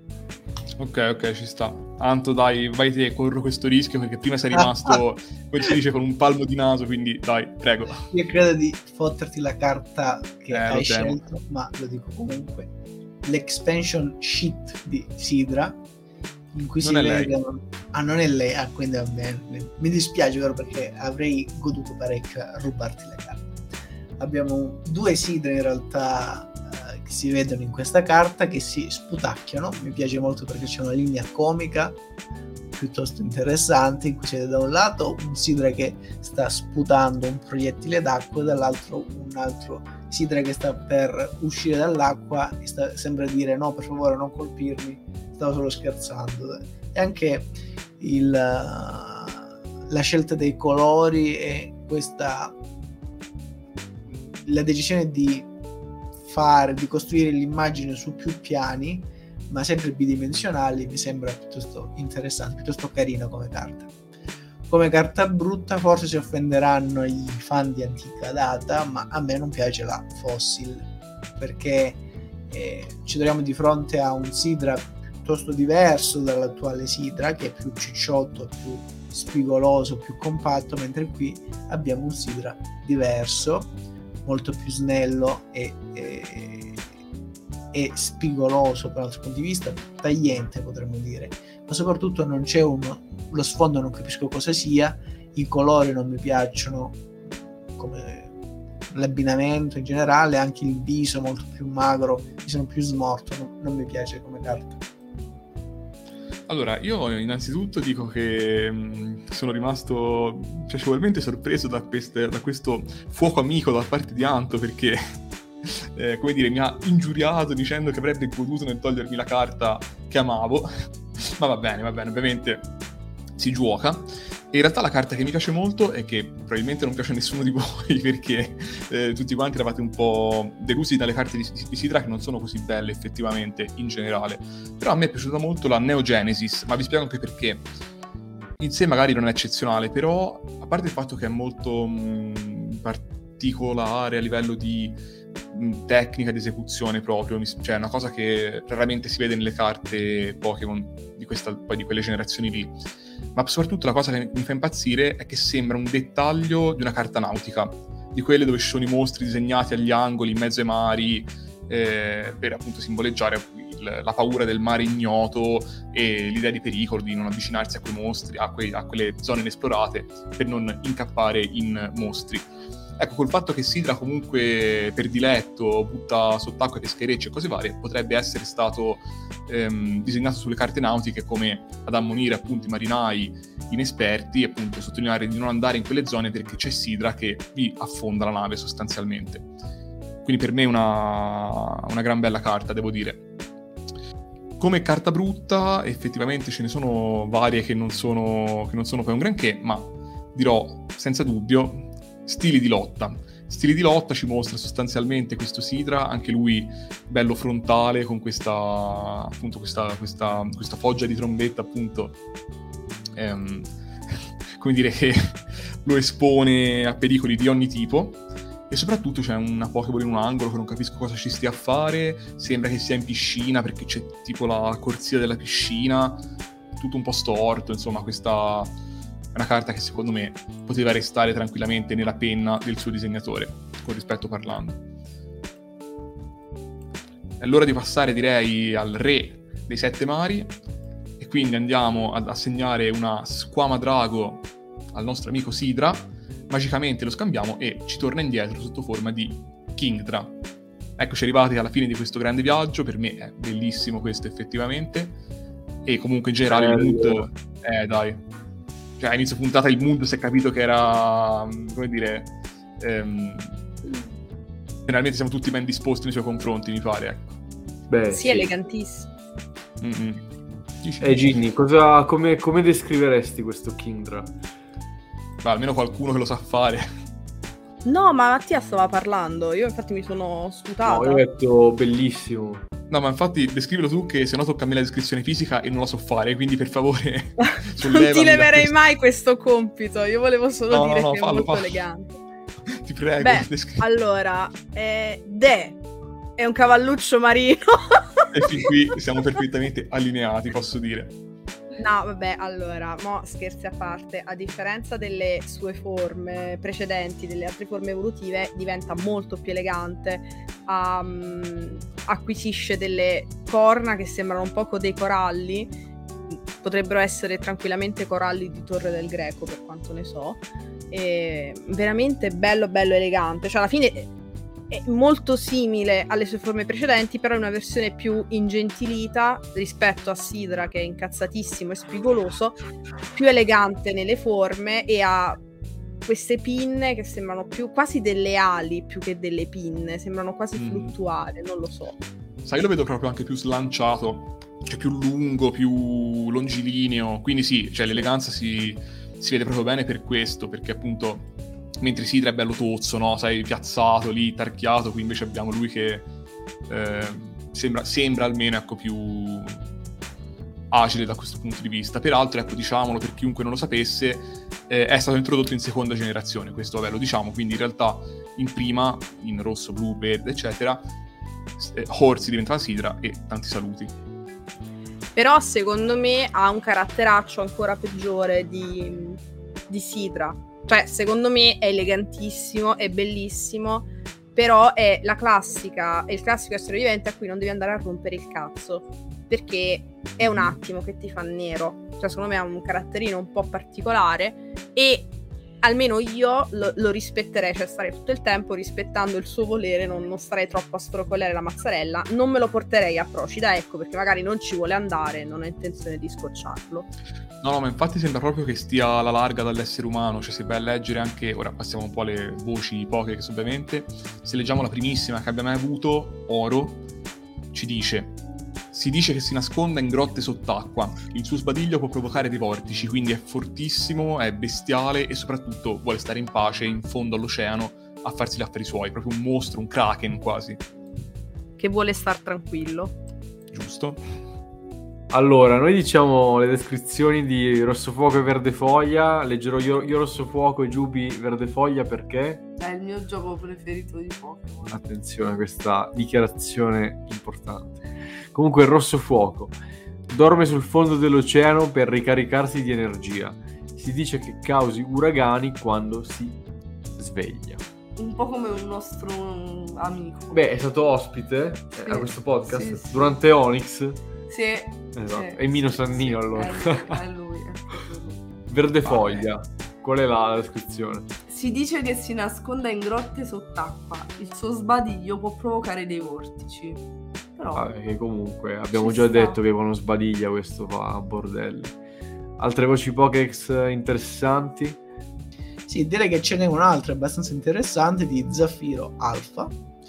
C: Ok, ok, ci sta. Anto, dai, vai te, corro questo rischio perché prima sei rimasto, come si dice, con un palmo di naso, quindi dai, prego.
D: Io credo di fotterti la carta che
C: Eh, lo
D: hai
C: temo.
D: scelto, ma lo dico comunque. L'expansion sheet di Sidra, in cui
C: Non
D: si
C: è lei.
D: vedono... Ah, non è lei, ah, quindi va bene. Mi dispiace però perché avrei goduto parecchio a rubarti le carte. Abbiamo due Sidra in realtà eh, che si vedono in questa carta, che si sputacchiano. Mi piace molto perché c'è una linea comica piuttosto interessante in cui c'è da un lato un Sidra che sta sputando un proiettile d'acqua e dall'altro un altro Sidra che sta per uscire dall'acqua e sta, sembra dire no, per favore non colpirmi, stavo solo scherzando. E anche il, la scelta dei colori e questa la decisione di fare di costruire l'immagine su più piani ma sempre bidimensionali mi sembra piuttosto interessante, piuttosto carina come carta. Come carta brutta forse si offenderanno i fan di antica data, ma a me non piace la Fossil perché eh, ci troviamo di fronte a un Sidra piuttosto diverso dall'attuale Sidra, che è più cicciotto, più spigoloso, più compatto, mentre qui abbiamo un Sidra diverso, molto più snello e, e, e è spigoloso per altro punto di vista, tagliente potremmo dire, ma soprattutto non c'è un, lo sfondo, non capisco cosa sia, i colori non mi piacciono come l'abbinamento in generale, anche il viso molto più magro, mi sono più smorto, non, non mi piace come carta.
C: Allora, io innanzitutto dico che mh, sono rimasto piacevolmente sorpreso da, queste, da questo fuoco amico da parte di Anto, perché eh, come dire, mi ha ingiuriato dicendo che avrebbe potuto non togliermi la carta che amavo. Ma va bene, va bene, ovviamente si gioca. E in realtà la carta che mi piace molto e che probabilmente non piace a nessuno di voi, perché eh, tutti quanti eravate un po' delusi dalle carte di, di Sidra, che non sono così belle effettivamente in generale. Però a me è piaciuta molto la Neo Genesis, ma vi spiego anche perché. In sé magari non è eccezionale, però a parte il fatto che è molto mh, particolare a livello di mh, tecnica di esecuzione proprio, mi, cioè è una cosa che raramente si vede nelle carte Pokémon di, questa, poi di quelle generazioni lì. Ma soprattutto la cosa che mi fa impazzire è che sembra un dettaglio di una carta nautica, di quelle dove ci sono i mostri disegnati agli angoli in mezzo ai mari, eh, per appunto simboleggiare il, la paura del mare ignoto e l'idea di pericolo, di non avvicinarsi a quei mostri, a, quei, a quelle zone inesplorate, per non incappare in mostri. Ecco, col fatto che Sidra comunque per diletto butta sott'acqua i pescherecci e cose varie, potrebbe essere stato ehm, disegnato sulle carte nautiche come ad ammonire appunto i marinai inesperti e appunto sottolineare di non andare in quelle zone perché c'è Sidra che vi affonda la nave sostanzialmente. Quindi per me è una, una gran bella carta, devo dire. Come carta brutta, effettivamente ce ne sono varie che non sono, che non sono poi un granché, ma dirò senza dubbio Stili di lotta. Stili di lotta ci mostra sostanzialmente questo Sidra, anche lui bello frontale, con questa appunto questa, questa, questa foggia di trombetta, appunto, ehm, come dire, che lo espone a pericoli di ogni tipo. E soprattutto c'è una Pokéball in un angolo che non capisco cosa ci stia a fare, sembra che sia in piscina perché c'è tipo la corsia della piscina, tutto un po' storto, insomma questa è una carta che secondo me poteva restare tranquillamente nella penna del suo disegnatore, con rispetto parlando. È l'ora di passare, direi, al re dei sette mari, e quindi andiamo ad assegnare una Squama Drago al nostro amico Sidra, magicamente lo scambiamo e ci torna indietro sotto forma di Kingdra. Eccoci arrivati alla fine di questo grande viaggio, per me è bellissimo questo effettivamente, e comunque in generale il mood... Eh dai... Cioè, a inizio puntata il mood si è capito che era, come dire, ehm, generalmente siamo tutti ben disposti nei suoi confronti, mi pare, ecco.
B: Beh, sì, sì. Elegantissimo.
C: Mm-hmm.
A: Eh, Ginny, cosa, come, come descriveresti questo Kingdra?
C: Beh, almeno qualcuno che lo sa fare.
B: No, ma Mattia stava parlando, io infatti mi sono sputata.
A: No, io ho detto bellissimo.
C: No, ma infatti descrivilo tu, che se no tocca a me la descrizione fisica e non la so fare, quindi per favore
B: non ti leverei questo... mai questo compito, io volevo solo
C: no,
B: dire
C: no, no,
B: che
C: fallo,
B: è molto
C: fallo.
B: elegante.
C: Ti prego.
B: Beh,
C: descri-
B: allora, eh, De è un cavalluccio marino.
C: E fin qui siamo perfettamente allineati, posso dire.
B: No, vabbè, allora, mo scherzi a parte, a differenza delle sue forme precedenti, delle altre forme evolutive, diventa molto più elegante, um, acquisisce delle corna che sembrano un poco dei coralli, potrebbero essere tranquillamente coralli di Torre del Greco, per quanto ne so, e veramente bello bello elegante, cioè alla fine è molto simile alle sue forme precedenti, però è una versione più ingentilita rispetto a Sidra, che è incazzatissimo e spigoloso, più elegante nelle forme e ha queste pinne che sembrano più quasi delle ali più che delle pinne, sembrano quasi mm. fluttuare, non lo so.
C: Sai, io lo vedo proprio anche più slanciato, cioè più lungo, più longilineo, quindi sì, cioè l'eleganza si, si vede proprio bene per questo, perché appunto mentre Sidra è bello tozzo, no? Sai, piazzato lì, tarchiato, qui invece abbiamo lui che eh, sembra, sembra almeno, ecco, più agile da questo punto di vista. Peraltro, ecco, diciamolo per chiunque non lo sapesse, eh, è stato introdotto in seconda generazione, questo vabbè lo diciamo, quindi in realtà in prima, in rosso, blu, verde, eccetera, eh, Horsey diventava Sidra e tanti saluti.
B: Però secondo me ha un caratteraccio ancora peggiore di, di Sidra. Cioè, secondo me è elegantissimo, è bellissimo, però è la classica, è il classico essere vivente a cui non devi andare a rompere il cazzo, perché è un attimo che ti fa nero. Cioè secondo me ha un caratterino un po' particolare e almeno io lo, lo rispetterei, cioè stare tutto il tempo rispettando il suo volere, non, non starei troppo a sfrocollare la mazzarella, non me lo porterei a Procida, ecco, perché magari non ci vuole andare, non ho intenzione di scocciarlo.
C: No, no, ma infatti sembra proprio che stia alla larga dall'essere umano, cioè se vai a leggere anche, ora passiamo un po' alle voci Pokédex ovviamente, se leggiamo la primissima che abbia mai avuto, Oro, ci dice: si dice che si nasconda in grotte sott'acqua, il suo sbadiglio può provocare dei vortici, quindi è fortissimo, è bestiale e soprattutto vuole stare in pace in fondo all'oceano a farsi gli affari suoi, proprio un mostro, un kraken quasi.
B: Che vuole star tranquillo.
C: Giusto?
A: Allora, noi diciamo le descrizioni di Rossofuoco e Verdefoglia, leggerò io, io Rossofuoco e Giubi Verdefoglia perché...
E: È il mio gioco preferito di Pokémon.
A: Attenzione a questa dichiarazione importante. Comunque il Rossofuoco dorme sul fondo dell'oceano per ricaricarsi di energia. Si dice che causi uragani quando si sveglia.
E: Un po' come un nostro amico.
A: Beh, è stato ospite
E: Sì,
A: eh, a questo podcast
E: sì, sì.
A: durante Onyx.
E: Sì.
A: Esatto.
E: Sì,
A: È Mino
E: sì,
A: Sannino
E: sì,
A: allora.
E: È lui, è lui, è proprio lui.
A: Verdefoglia. Qual è la descrizione?
E: Si dice che si nasconda in grotte sott'acqua. Il suo sbadiglio può provocare dei vortici. Però
A: Ah, che comunque abbiamo
E: Ci
A: già
E: sta.
A: detto che con uno sbadiglia questo fa a bordelli. Altre voci Pokédex interessanti?
D: Sì, direi che ce n'è un'altra abbastanza interessante di Zafiro Alpha.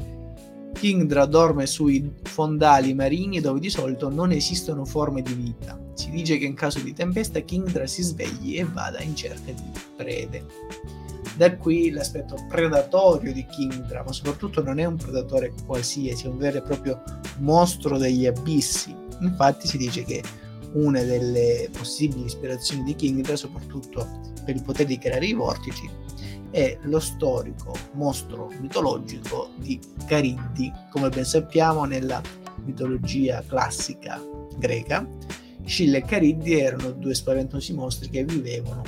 D: Kingdra dorme sui fondali marini dove di solito non esistono forme di vita. Si dice che in caso di tempesta Kingdra si svegli e vada in cerca di prede. Da qui l'aspetto predatorio di Kingdra, ma soprattutto non è un predatore qualsiasi, è un vero e proprio mostro degli abissi. Infatti si dice che una delle possibili ispirazioni di Kingdra, soprattutto per il potere di creare i vortici, è lo storico mostro mitologico di Cariddi. Come ben sappiamo, nella mitologia classica greca, Scilla e Cariddi erano due spaventosi mostri che vivevano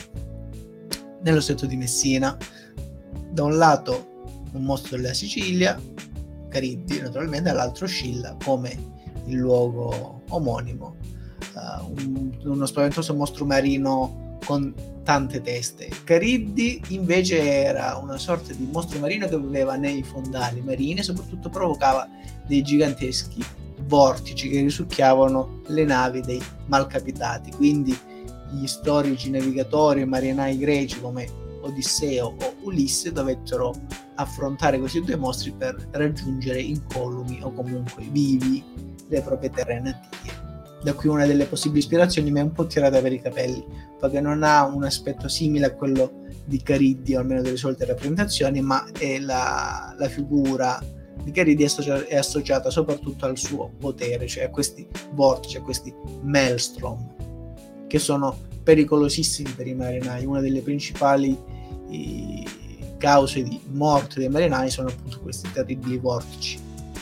D: nello stretto di Messina. Da un lato un mostro della Sicilia, Cariddi naturalmente, dall'altro Scilla come il luogo omonimo, uh, un, uno spaventoso mostro marino con tante teste. Cariddi invece era una sorta di mostro marino che viveva nei fondali marini e soprattutto provocava dei giganteschi vortici che risucchiavano le navi dei malcapitati. Quindi gli storici navigatori e marinai greci come Odisseo o Ulisse dovettero affrontare questi due mostri per raggiungere incolumi o comunque vivi le proprie terre natie. Da qui una delle possibili ispirazioni, ma è un po' tirata per i capelli, perché non ha un aspetto simile a quello di Cariddi, o almeno delle solite rappresentazioni, ma è la, la figura di Cariddi è associata, è associata soprattutto al suo potere, cioè a questi vortici, a questi maelstrom, che sono pericolosissimi per i marinai. Una delle principali eh, cause di morte dei marinai sono appunto questi terribili vortici.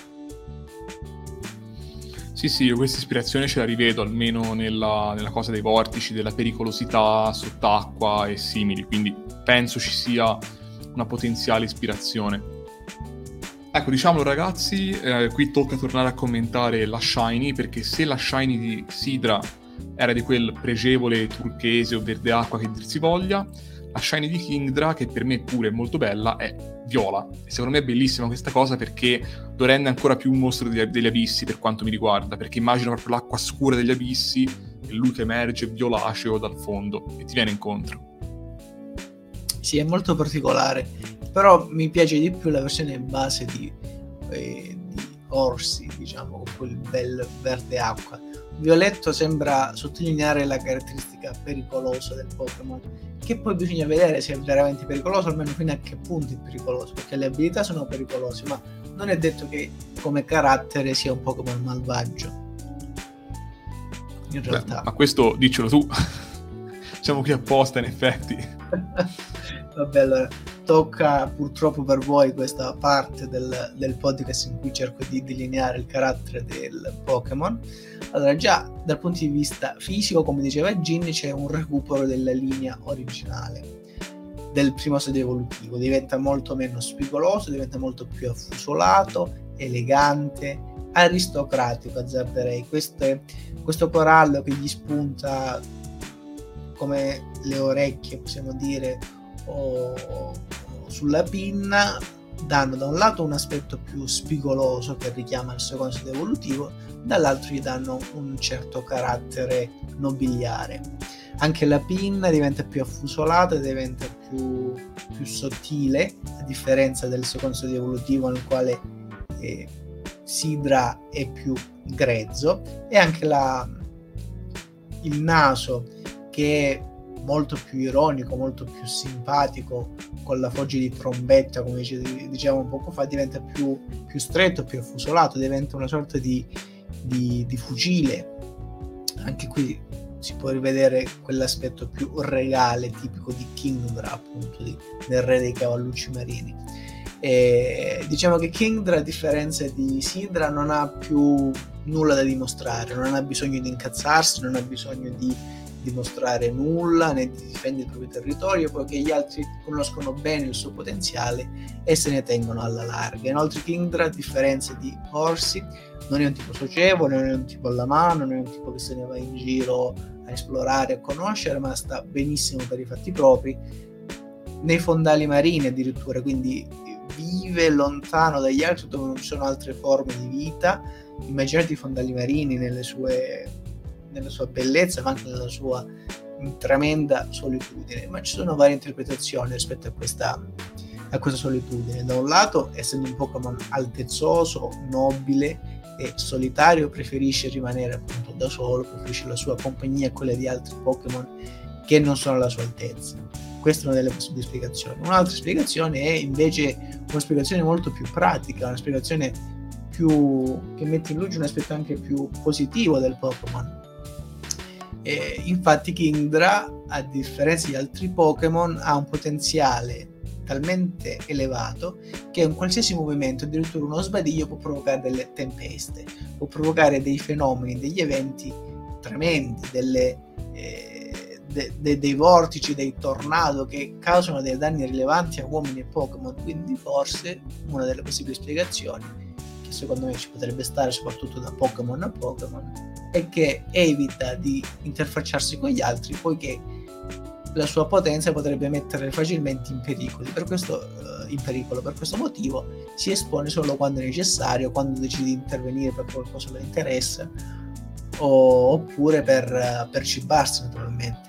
C: Sì, sì, io questa ispirazione ce la rivedo almeno nella, nella cosa dei vortici, della pericolosità sott'acqua e simili, quindi penso ci sia una potenziale ispirazione. Ecco, diciamolo ragazzi, eh, qui tocca tornare a commentare la Shiny, perché se la Shiny di Sidra era di quel pregevole turchese o verde acqua che dir si voglia, la Shiny di Kingdra, che per me pure è molto bella, è viola. E secondo me è bellissima questa cosa perché lo rende ancora più un mostro degli, degli abissi per quanto mi riguarda, perché immagino proprio l'acqua scura degli abissi e lui che emerge violaceo dal fondo e ti viene incontro.
D: Sì, è molto particolare, però mi piace di più la versione base di, eh, di Orsi, diciamo, con quel bel verde acqua. Violetto sembra sottolineare la caratteristica pericolosa del Pokémon, che poi bisogna vedere se è veramente pericoloso, almeno fino a che punto è pericoloso, perché le abilità sono pericolose, ma non è detto che come carattere sia un Pokémon malvagio. In realtà.
C: Beh, ma questo diccelo tu. Siamo qui apposta, in effetti.
D: Vabbè, allora tocca purtroppo per voi questa parte del, del podcast in cui cerco di delineare il carattere del Pokémon. Allora, già dal punto di vista fisico, come diceva Ginny, c'è un recupero della linea originale. del primo stadio evolutivo, diventa molto meno spigoloso, diventa molto più affusolato, elegante, aristocratico, azzarderei. Questo, questo corallo che gli spunta come le orecchie, possiamo dire, o, o sulla pinna, danno da un lato un aspetto più spigoloso che richiama il secondo stadio evolutivo, dall'altro gli danno un certo carattere nobiliare. Anche la pinna diventa più affusolata, diventa più, più sottile, a differenza del secondo stadio evolutivo nel quale eh, Sidra è più grezzo, e anche la, il naso, che è molto più ironico, molto più simpatico, con la foggia di trombetta, come dicevamo poco fa, diventa più, più stretto, più affusolato, diventa una sorta di, di, di fucile. Anche qui si può rivedere quell'aspetto più regale, tipico di Kingdra, appunto, di, del re dei cavallucci marini. E diciamo che Kingdra, a differenza di Sidra, non ha più nulla da dimostrare, non ha bisogno di incazzarsi, non ha bisogno di dimostrare nulla né di difendere il proprio territorio, poiché gli altri conoscono bene il suo potenziale e se ne tengono alla larga. Inoltre Kingdra, a differenza di Horsey, non è un tipo socievole, non è un tipo alla mano, non è un tipo che se ne va in giro a esplorare, a conoscere, ma sta benissimo per i fatti propri, nei fondali marini addirittura, quindi vive lontano dagli altri dove non ci sono altre forme di vita. Immaginate i fondali marini nelle sue nella sua bellezza, ma anche nella sua tremenda solitudine. Ma ci sono varie interpretazioni rispetto a questa, a questa solitudine. Da un lato, essendo un Pokémon altezzoso, nobile e solitario, preferisce rimanere appunto da solo, preferisce la sua compagnia a quella di altri Pokémon che non sono alla sua altezza. Questa è una delle possibili spiegazioni. Un'altra spiegazione è invece una spiegazione molto più pratica, una spiegazione più che mette in luce un aspetto anche più positivo del Pokémon. E infatti Kingdra, a differenza di altri Pokémon, ha un potenziale talmente elevato che un qualsiasi movimento, addirittura uno sbadiglio, può provocare delle tempeste, può provocare dei fenomeni, degli eventi tremendi, delle, eh, de, de, dei vortici, dei tornado che causano dei danni rilevanti a uomini e Pokémon. Quindi forse una delle possibili spiegazioni, che secondo me ci potrebbe stare soprattutto da Pokémon a Pokémon, è che evita di interfacciarsi con gli altri, poiché la sua potenza potrebbe mettere facilmente in pericolo. Per questo, uh, in pericolo. Per questo motivo si espone solo quando è necessario, quando decide di intervenire per qualcosa che le interessa, o, oppure per, uh, per cibarsi, naturalmente.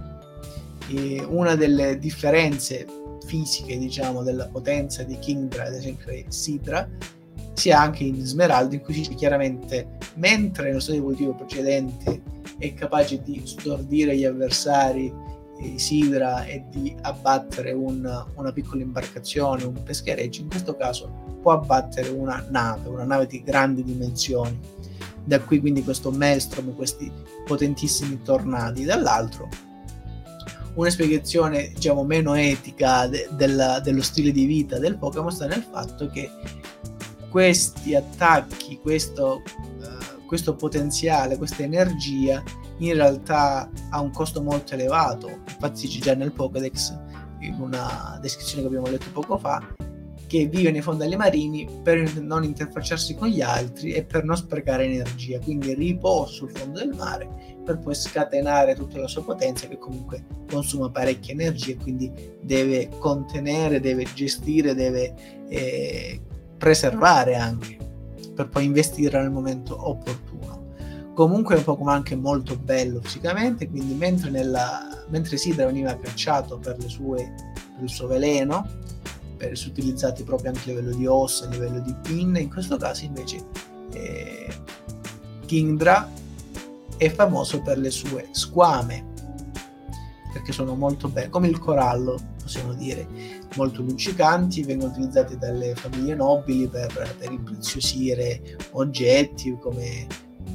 D: E una delle differenze fisiche, diciamo, della potenza di Kingdra, ad esempio, e Sidra, sia anche in Smeraldo, in cui si dice chiaramente, mentre nello stadio evolutivo precedente è capace di stordire gli avversari, eh, Sidra, e di abbattere un, una piccola imbarcazione, un peschereccio, in questo caso può abbattere una nave, una nave di grandi dimensioni. Da qui quindi questo maelstrom, questi potentissimi tornadi. Dall'altro, una spiegazione, diciamo, meno etica de- della, dello stile di vita del Pokémon sta nel fatto che questi attacchi, questo, uh, questo potenziale, questa energia in realtà ha un costo molto elevato. Infatti si dice già nel Pokédex, in una descrizione che abbiamo letto poco fa, che vive nei fondali marini per non interfacciarsi con gli altri e per non sprecare energia, quindi riposa sul fondo del mare per poi scatenare tutta la sua potenza, che comunque consuma parecchia energia e quindi deve contenere, deve gestire, deve eh, preservare anche, per poi investire nel momento opportuno. Comunque è un Pokémon anche molto bello fisicamente, quindi mentre, nella, mentre Sidra veniva cacciato per, le sue, per il suo veleno, per essere utilizzati proprio anche a livello di ossa, a livello di pinne, in questo caso invece eh, Kingdra è famoso per le sue squame, perché sono molto belle, come il corallo, possiamo dire, molto luccicanti, vengono utilizzati dalle famiglie nobili per, per impreziosire oggetti come,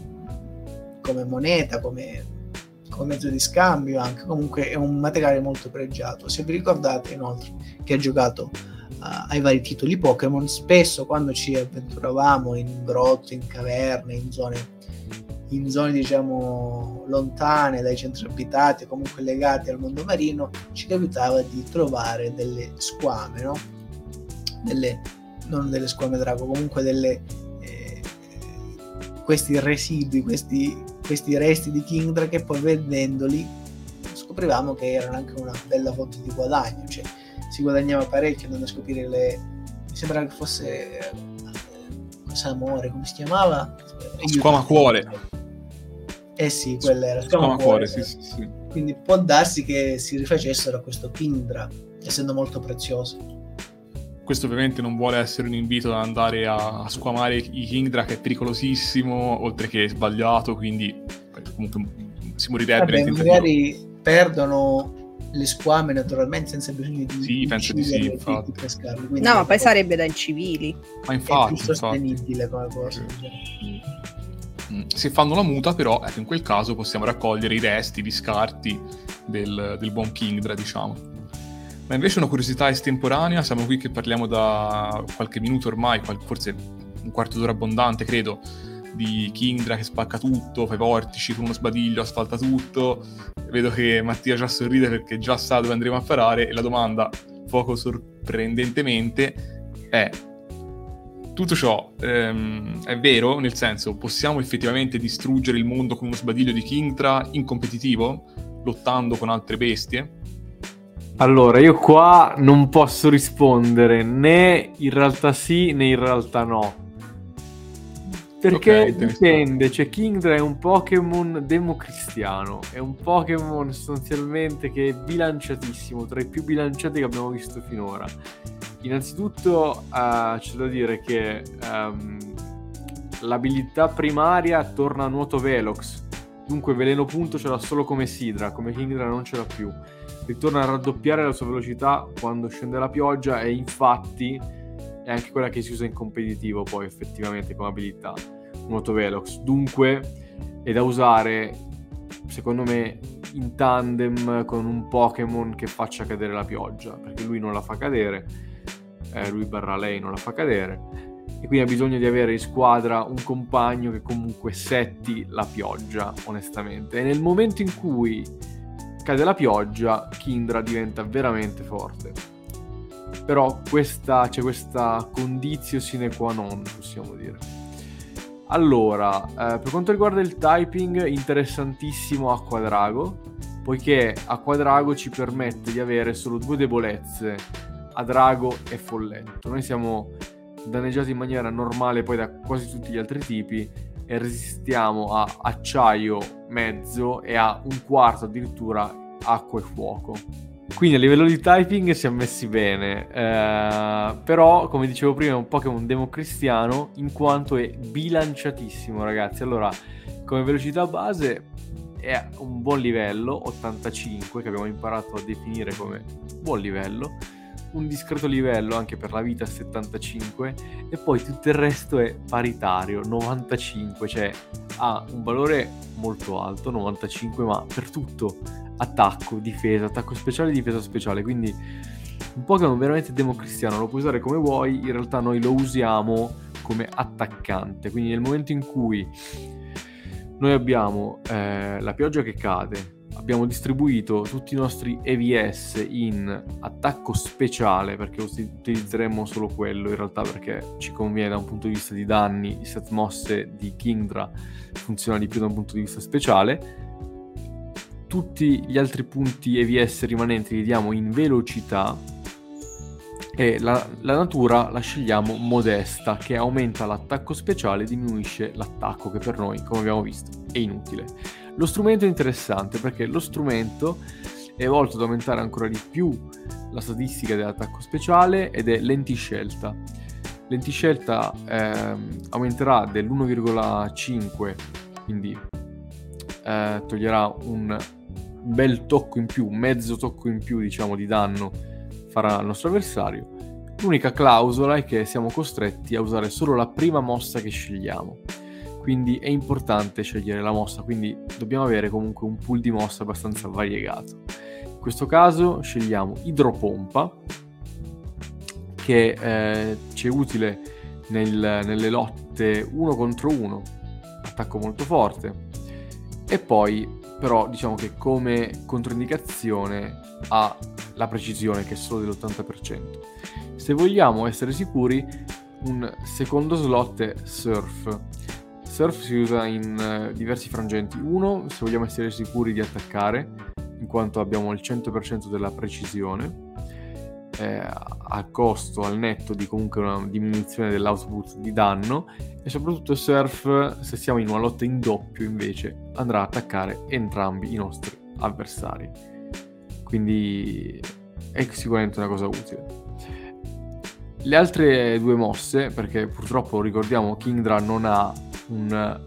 D: come moneta, come, come mezzo di scambio anche. Comunque è un materiale molto pregiato. Se vi ricordate inoltre che ha giocato uh, ai vari titoli Pokémon, spesso quando ci avventuravamo in grotte, in caverne, in zone in zone diciamo lontane dai centri abitati o comunque legati al mondo marino, ci capitava di trovare delle squame, no? Delle, non delle squame drago, comunque delle eh, questi residui, questi, questi resti di Kingdra, che poi vendendoli scoprivamo che erano anche una bella fonte di guadagno, cioè si guadagnava parecchio andando a scoprire le, mi sembra che fosse eh, amore, come si chiamava?
C: Squama cuore.
D: Eh sì, quella era
C: Squama cuore, sì, sì, sì.
D: Quindi può darsi che si rifacessero a questo Kingdra, essendo molto prezioso.
C: Questo ovviamente non vuole essere un invito ad andare a, a squamare i Kingdra, che è pericolosissimo, oltre che sbagliato, quindi comunque si morirebbe.
D: Vabbè, magari perdono le squame naturalmente senza bisogno di
C: sì, penso di sì, infatti.
D: Pescarli,
B: no, ma poi sarebbe da incivili.
C: Ma infatti,
D: è più sostenibile come cosa.
C: Sì. Se fanno la muta, però, ecco, in quel caso possiamo raccogliere i resti, gli scarti del, del buon Kingdra, diciamo. Ma invece una curiosità estemporanea, siamo qui che parliamo da qualche minuto ormai, forse un quarto d'ora abbondante, credo, di Kingdra che spacca tutto, fa i vortici con uno sbadiglio, asfalta tutto. Vedo che Mattia già sorride perché già sa dove andremo a parare, e la domanda, poco sorprendentemente, è: tutto ciò ehm, è vero? Nel senso, possiamo effettivamente distruggere il mondo con uno sbadiglio di Kingdra in competitivo, lottando con altre bestie?
A: Allora, io qua non posso rispondere né in realtà sì né in realtà no. Perché
C: okay,
A: dipende, cioè Kingdra è un Pokémon democristiano, è un Pokémon sostanzialmente che è bilanciatissimo, tra i più bilanciati che abbiamo visto finora. Innanzitutto uh, c'è da dire che um, l'abilità primaria torna a nuoto Velox, dunque Veleno Punto ce l'ha solo come Sidra, come Kingdra non ce l'ha più. Ritorna a raddoppiare la sua velocità quando scende la pioggia, e infatti è anche quella che si usa in competitivo poi effettivamente come abilità, nuoto Velox. Dunque è da usare secondo me in tandem con un Pokémon che faccia cadere la pioggia, perché lui non la fa cadere, eh, lui barra lei non la fa cadere, e quindi ha bisogno di avere in squadra un compagno che comunque setti la pioggia, onestamente. E nel momento in cui cade la pioggia, Kingdra diventa veramente forte. Però questa, c'è questa condizio sine qua non, possiamo dire. Allora, eh, per quanto riguarda il typing, interessantissimo Acquadrago, poiché Acquadrago ci permette di avere solo due debolezze, Adrago e Folletto. Noi siamo danneggiati in maniera normale poi da quasi tutti gli altri tipi e resistiamo a acciaio mezzo e a un quarto addirittura acqua e fuoco. Quindi a livello di typing siamo messi bene, eh, però come dicevo prima è un Pokémon democristiano in quanto è bilanciatissimo, ragazzi. Allora, come velocità base è un buon livello, ottantacinque, che abbiamo imparato a definire come buon livello, un discreto livello anche per la vita, settantacinque, e poi tutto il resto è paritario, novantacinque, cioè ha un valore molto alto, novantacinque, ma per tutto, attacco, difesa, attacco speciale, difesa speciale, quindi un Pokémon veramente democristiano, lo puoi usare come vuoi. In realtà noi lo usiamo come attaccante, quindi nel momento in cui noi abbiamo eh, la pioggia che cade, abbiamo distribuito tutti i nostri E V S in attacco speciale, perché utilizzeremo solo quello in realtà, perché ci conviene da un punto di vista di danni. I set mosse di Kingdra funzionano di più da un punto di vista speciale. Tutti gli altri punti E V S rimanenti li diamo in velocità, e la, la natura la scegliamo modesta, che aumenta l'attacco speciale e diminuisce l'attacco, che per noi, come abbiamo visto, è inutile. Lo strumento è interessante perché lo strumento è volto ad aumentare ancora di più la statistica dell'attacco speciale ed è lentiscelta. Lentiscelta ehm, aumenterà dell'uno virgola cinque, quindi eh, toglierà un bel tocco in più, mezzo tocco in più diciamo di danno farà al nostro avversario. L'unica clausola è che siamo costretti a usare solo la prima mossa che scegliamo, quindi è importante scegliere la mossa, quindi dobbiamo avere comunque un pool di mossa abbastanza variegato. In questo caso scegliamo Idropompa, che eh, ci è utile nel, nelle lotte uno contro uno, attacco molto forte. E poi, però, diciamo che come controindicazione ha la precisione, che è solo dell'ottanta per cento. Se vogliamo essere sicuri, un secondo slot è Surf. Surf si usa in uh, diversi frangenti. Uno, se vogliamo essere sicuri di attaccare, in quanto abbiamo il cento per cento della precisione, eh, a costo, al netto di comunque una diminuzione dell'output di danno, e soprattutto Surf, se siamo in una lotta in doppio invece, andrà a attaccare entrambi i nostri avversari. Quindi è sicuramente una cosa utile. Le altre due mosse, perché purtroppo ricordiamo Kingdra non ha un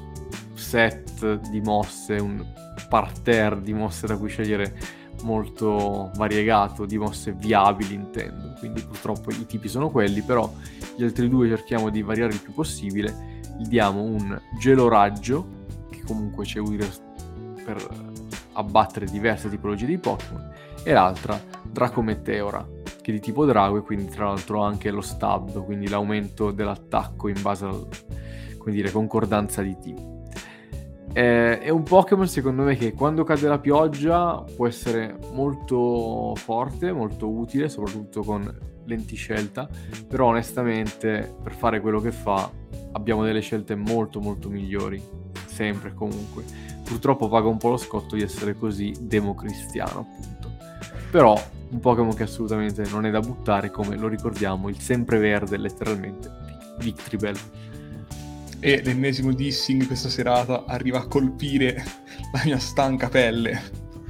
A: set di mosse, un parterre di mosse da cui scegliere molto variegato, di mosse viabili intendo, quindi purtroppo i tipi sono quelli, però gli altri due cerchiamo di variare il più possibile. Gli diamo un gelo raggio, che comunque c'è utile per abbattere diverse tipologie di Pokémon, e l'altra Draco Meteora, che è di tipo drago e quindi tra l'altro ha anche lo stab, quindi l'aumento dell'attacco in base al, come dire, concordanza di tipo. Eh, è un Pokémon secondo me che quando cade la pioggia può essere molto forte, molto utile, soprattutto con lentiscelta, però onestamente per fare quello che fa abbiamo delle scelte molto molto migliori, sempre e comunque. Purtroppo paga un po' lo scotto di essere così democristiano, appunto. Però un Pokémon che assolutamente non è da buttare, come lo ricordiamo, il sempreverde, letteralmente, Victreebel.
C: E l'ennesimo dissing questa serata arriva a colpire la mia stanca pelle.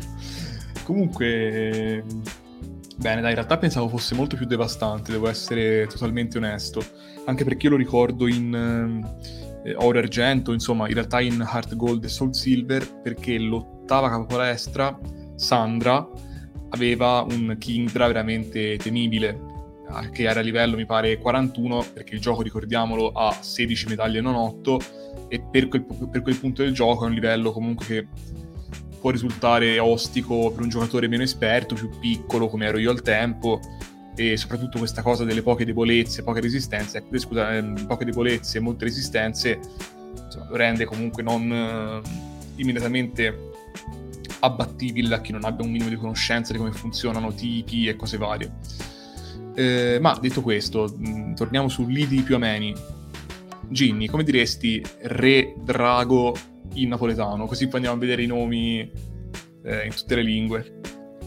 C: Comunque, bene, dai, in realtà pensavo fosse molto più devastante, devo essere totalmente onesto. Anche perché io lo ricordo in eh, Oro Argento, insomma, in realtà in Heart Gold e Soul Silver, perché l'ottava capopalestra, Sandra, aveva un Kingdra veramente temibile, che era a livello mi pare quarantuno, perché il gioco, ricordiamolo, ha sedici medaglie non otto, e per quel, per quel punto del gioco è un livello comunque che può risultare ostico per un giocatore meno esperto, più piccolo come ero io al tempo, e soprattutto questa cosa delle poche debolezze, poche resistenze, eh, scusa, eh, poche debolezze e molte resistenze, insomma, lo rende comunque non eh, immediatamente abbattibile a chi non abbia un minimo di conoscenza di come funzionano tipi e cose varie. Eh, ma detto questo, mh, torniamo su lidi più ameni. Ginny, come diresti Re Drago in napoletano? Così poi andiamo a vedere i nomi eh, in tutte le lingue.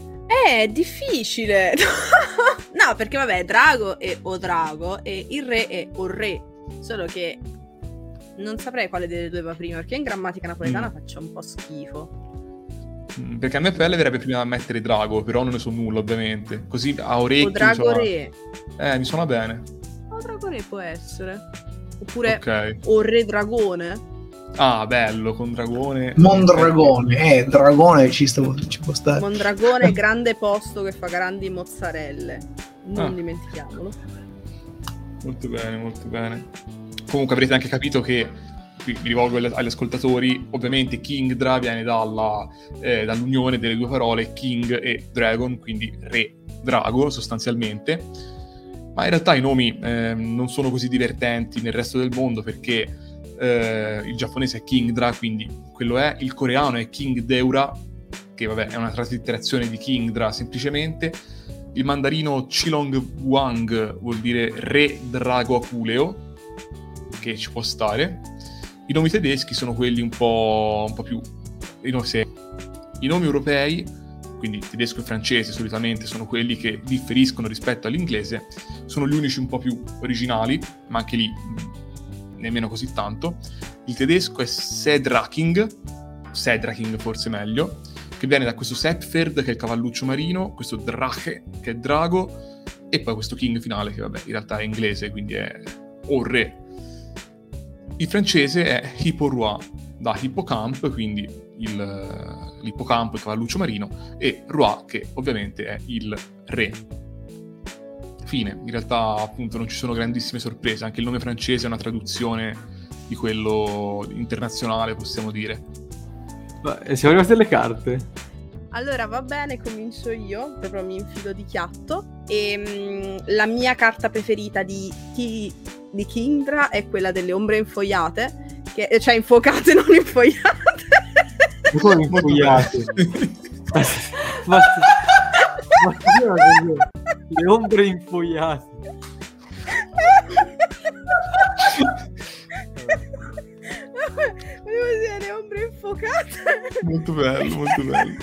B: È difficile. No, perché vabbè, Drago è O Drago e il Re è O Re. Solo che non saprei quale delle due va prima, perché in grammatica napoletana mm. faccio un po' schifo.
C: Perché a me pelle verrebbe prima a mettere Drago, però non ne so nulla ovviamente. Così a orecchio...
B: O Drago
C: insomma,
B: Re.
C: Eh, mi suona bene.
B: O Drago Re può essere. Oppure
C: okay.
B: O Re Dragone.
C: Ah, bello, con dragone.
D: Mondragone, eh, dragone ci, sto, ci può stare.
B: Mondragone, grande posto che fa grandi mozzarelle. Non
C: ah.
B: dimentichiamolo.
C: Molto bene, molto bene. Comunque avrete anche capito che, qui mi rivolgo agli, agli ascoltatori, ovviamente Kingdra viene dalla, eh, dall'unione delle due parole King e Dragon, quindi Re Drago sostanzialmente. Ma in realtà i nomi eh, non sono così divertenti nel resto del mondo, perché eh, il giapponese è Kingdra, quindi quello è, il coreano è King Deura, che vabbè è una traslitterazione di Kingdra semplicemente, il mandarino Chilong Wang vuol dire Re Drago Aculeo, che ci può stare. I nomi tedeschi sono quelli un po', un po' più... I nomi europei, quindi tedesco e francese solitamente, sono quelli che differiscono rispetto all'inglese, sono gli unici un po' più originali, ma anche lì nemmeno così tanto. Il tedesco è Sedraking, Sedraking forse meglio, che viene da questo Sepferd, che è il cavalluccio marino, questo Drache, che è drago, e poi questo King finale, che vabbè in realtà è inglese, quindi è O Re. Il francese è Hipporoi, da Hippocamp, quindi il, l'ippocampo, il cavalluccio marino, e Roi, che ovviamente è il re. Fine. In realtà appunto non ci sono grandissime sorprese, anche il nome francese è una traduzione di quello internazionale, possiamo dire.
A: Beh, siamo arrivati alle carte.
B: Allora va bene, comincio io, proprio mi infilo di chiatto. E mh, la mia carta preferita di, di, di Kingdra è quella delle ombre infoiate, Che, cioè infuocate, non infoiate.
A: Non sono infogliate. ma, ma, ma le ombre infogliate.
B: Volevo dire le ombre infuocate.
C: Molto bello, molto bello.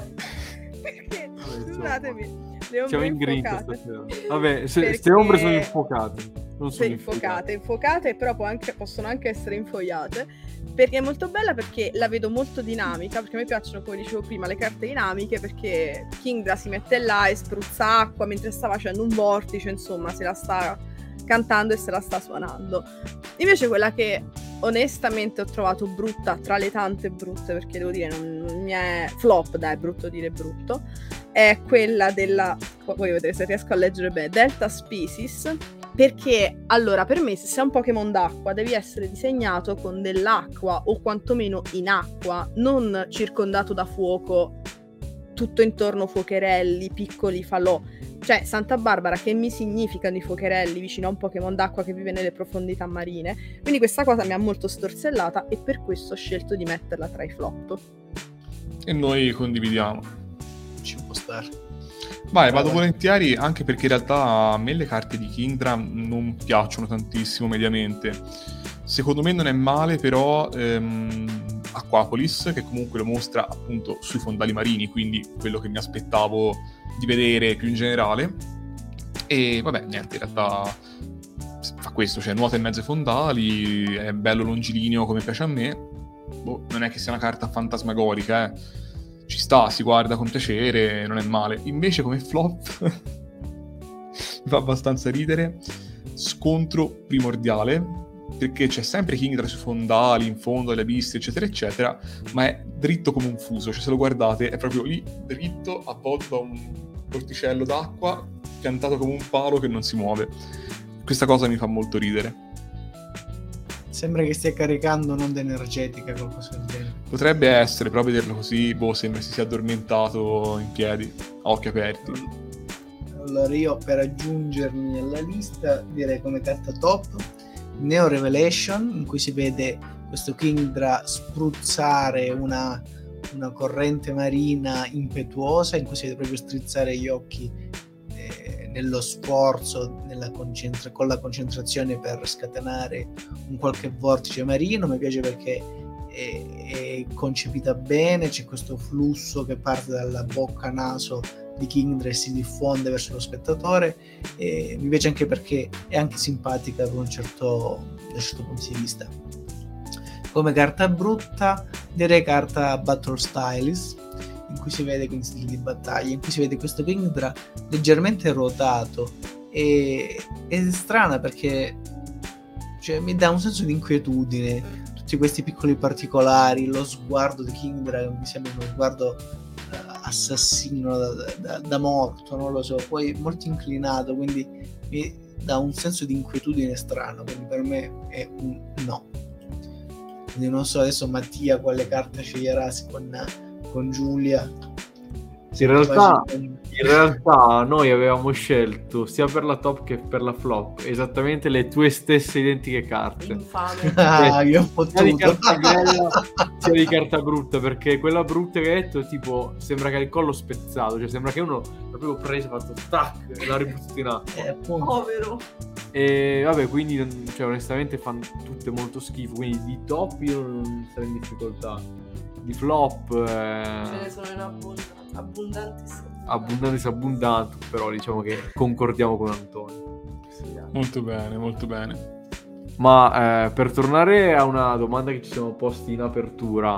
B: Perché,
A: Vabbè,
B: scusatemi, le ombre
A: Siamo in grinta
B: infuocate.
A: stasera. Vabbè, se,
B: Perché-
A: ste ombre sono infuocate. Non
B: Sì,
A: sono
B: infuocate, infuocate, però può anche- possono anche essere infogliate, perché è molto bella, perché la vedo molto dinamica, perché a me piacciono, come dicevo prima, le carte dinamiche, perché Kingdra si mette là e spruzza acqua mentre sta facendo un vortice, insomma, se la sta cantando e se la sta suonando. Invece quella che onestamente ho trovato brutta, tra le tante brutte, perché devo dire non, non mi è flop, dai, è brutto dire brutto, è quella della, poi vedere se riesco a leggere bene, Delta Species. Perché, allora, per me se sei un Pokémon d'acqua devi essere disegnato con dell'acqua o quantomeno in acqua, non circondato da fuoco, tutto intorno fuocherelli, piccoli falò. Cioè, Santa Barbara, che mi significano i fuocherelli vicino a un Pokémon d'acqua che vive nelle profondità marine? Quindi questa cosa mi ha molto storsellata e per questo ho scelto di metterla tra i flop.
C: E noi condividiamo.
D: Ci può stare.
C: Vai, vado
D: Vai.
C: volentieri, anche perché in realtà a me le carte di Kingdra non piacciono tantissimo mediamente. Secondo me non è male però ehm, Aquapolis, che comunque lo mostra appunto sui fondali marini, quindi quello che mi aspettavo di vedere più in generale. E vabbè, niente, in realtà fa questo, cioè nuota in mezzo ai fondali, è bello longilineo come piace a me. Boh, non è che sia una carta fantasmagorica, eh. Ci sta, si guarda con piacere, non è male. Invece come flop mi fa abbastanza ridere. Scontro primordiale, perché c'è sempre Kingdra sui fondali, in fondo alle abisti, eccetera, eccetera, ma è dritto come un fuso. Cioè, se lo guardate, è proprio lì, dritto, avvolto da un porticello d'acqua, piantato come un palo che non si muove. Questa cosa mi fa molto ridere.
D: Sembra che stia caricando un'onda energetica, qualcosa del genere.
C: Potrebbe essere, però a vederlo così, boh, sembra si sia addormentato in piedi, a occhi aperti.
D: Allora io, per aggiungermi alla lista, direi come carta top Neo Revelation, in cui si vede questo Kingdra spruzzare una, una corrente marina impetuosa, in cui si vede proprio strizzare gli occhi eh, nello sforzo, nella concentra- con la concentrazione per scatenare un qualche vortice marino. Mi piace perché è, è concepita bene, c'è questo flusso che parte dalla bocca naso di Kingdra e si diffonde verso lo spettatore, e mi piace anche perché è anche simpatica da un certo, da un certo punto di vista. Come carta brutta direi carta Battle Stylist, in cui si vede quindi stili di battaglia, in cui si vede questo Kingdra leggermente ruotato, e è strana perché cioè, mi dà un senso di inquietudine, tutti questi piccoli particolari, lo sguardo di Kingdra mi sembra uno sguardo assassino da, da, da morto, non lo so, poi molto inclinato, quindi mi dà un senso di inquietudine strano, quindi per me è un no. Quindi non so adesso Mattia quale carta sceglierà con, con Giulia.
A: In realtà, in realtà noi avevamo scelto sia per la top che per la flop esattamente le tue stesse identiche carte.
E: Infame.
D: Ah, io ho
A: Sia di
D: fottuto.
A: carta bella sia di carta brutta, perché quella brutta che hai detto tipo sembra che ha il collo spezzato, cioè sembra che uno l'ha proprio preso, ha fatto tac e l'ha ributtato in acqua.
D: Eh, appunto.
E: Povero.
A: E vabbè, quindi cioè, onestamente fanno tutte molto schifo, quindi di top io non sarei in difficoltà, di flop
E: Ce
A: eh,
E: ne sono in abbondanza. Abbondanti sì.
A: abbondanti abbondanti, però diciamo che concordiamo con Antonio.
C: Molto bene, molto bene.
A: Ma eh, per tornare a una domanda che ci siamo posti in apertura,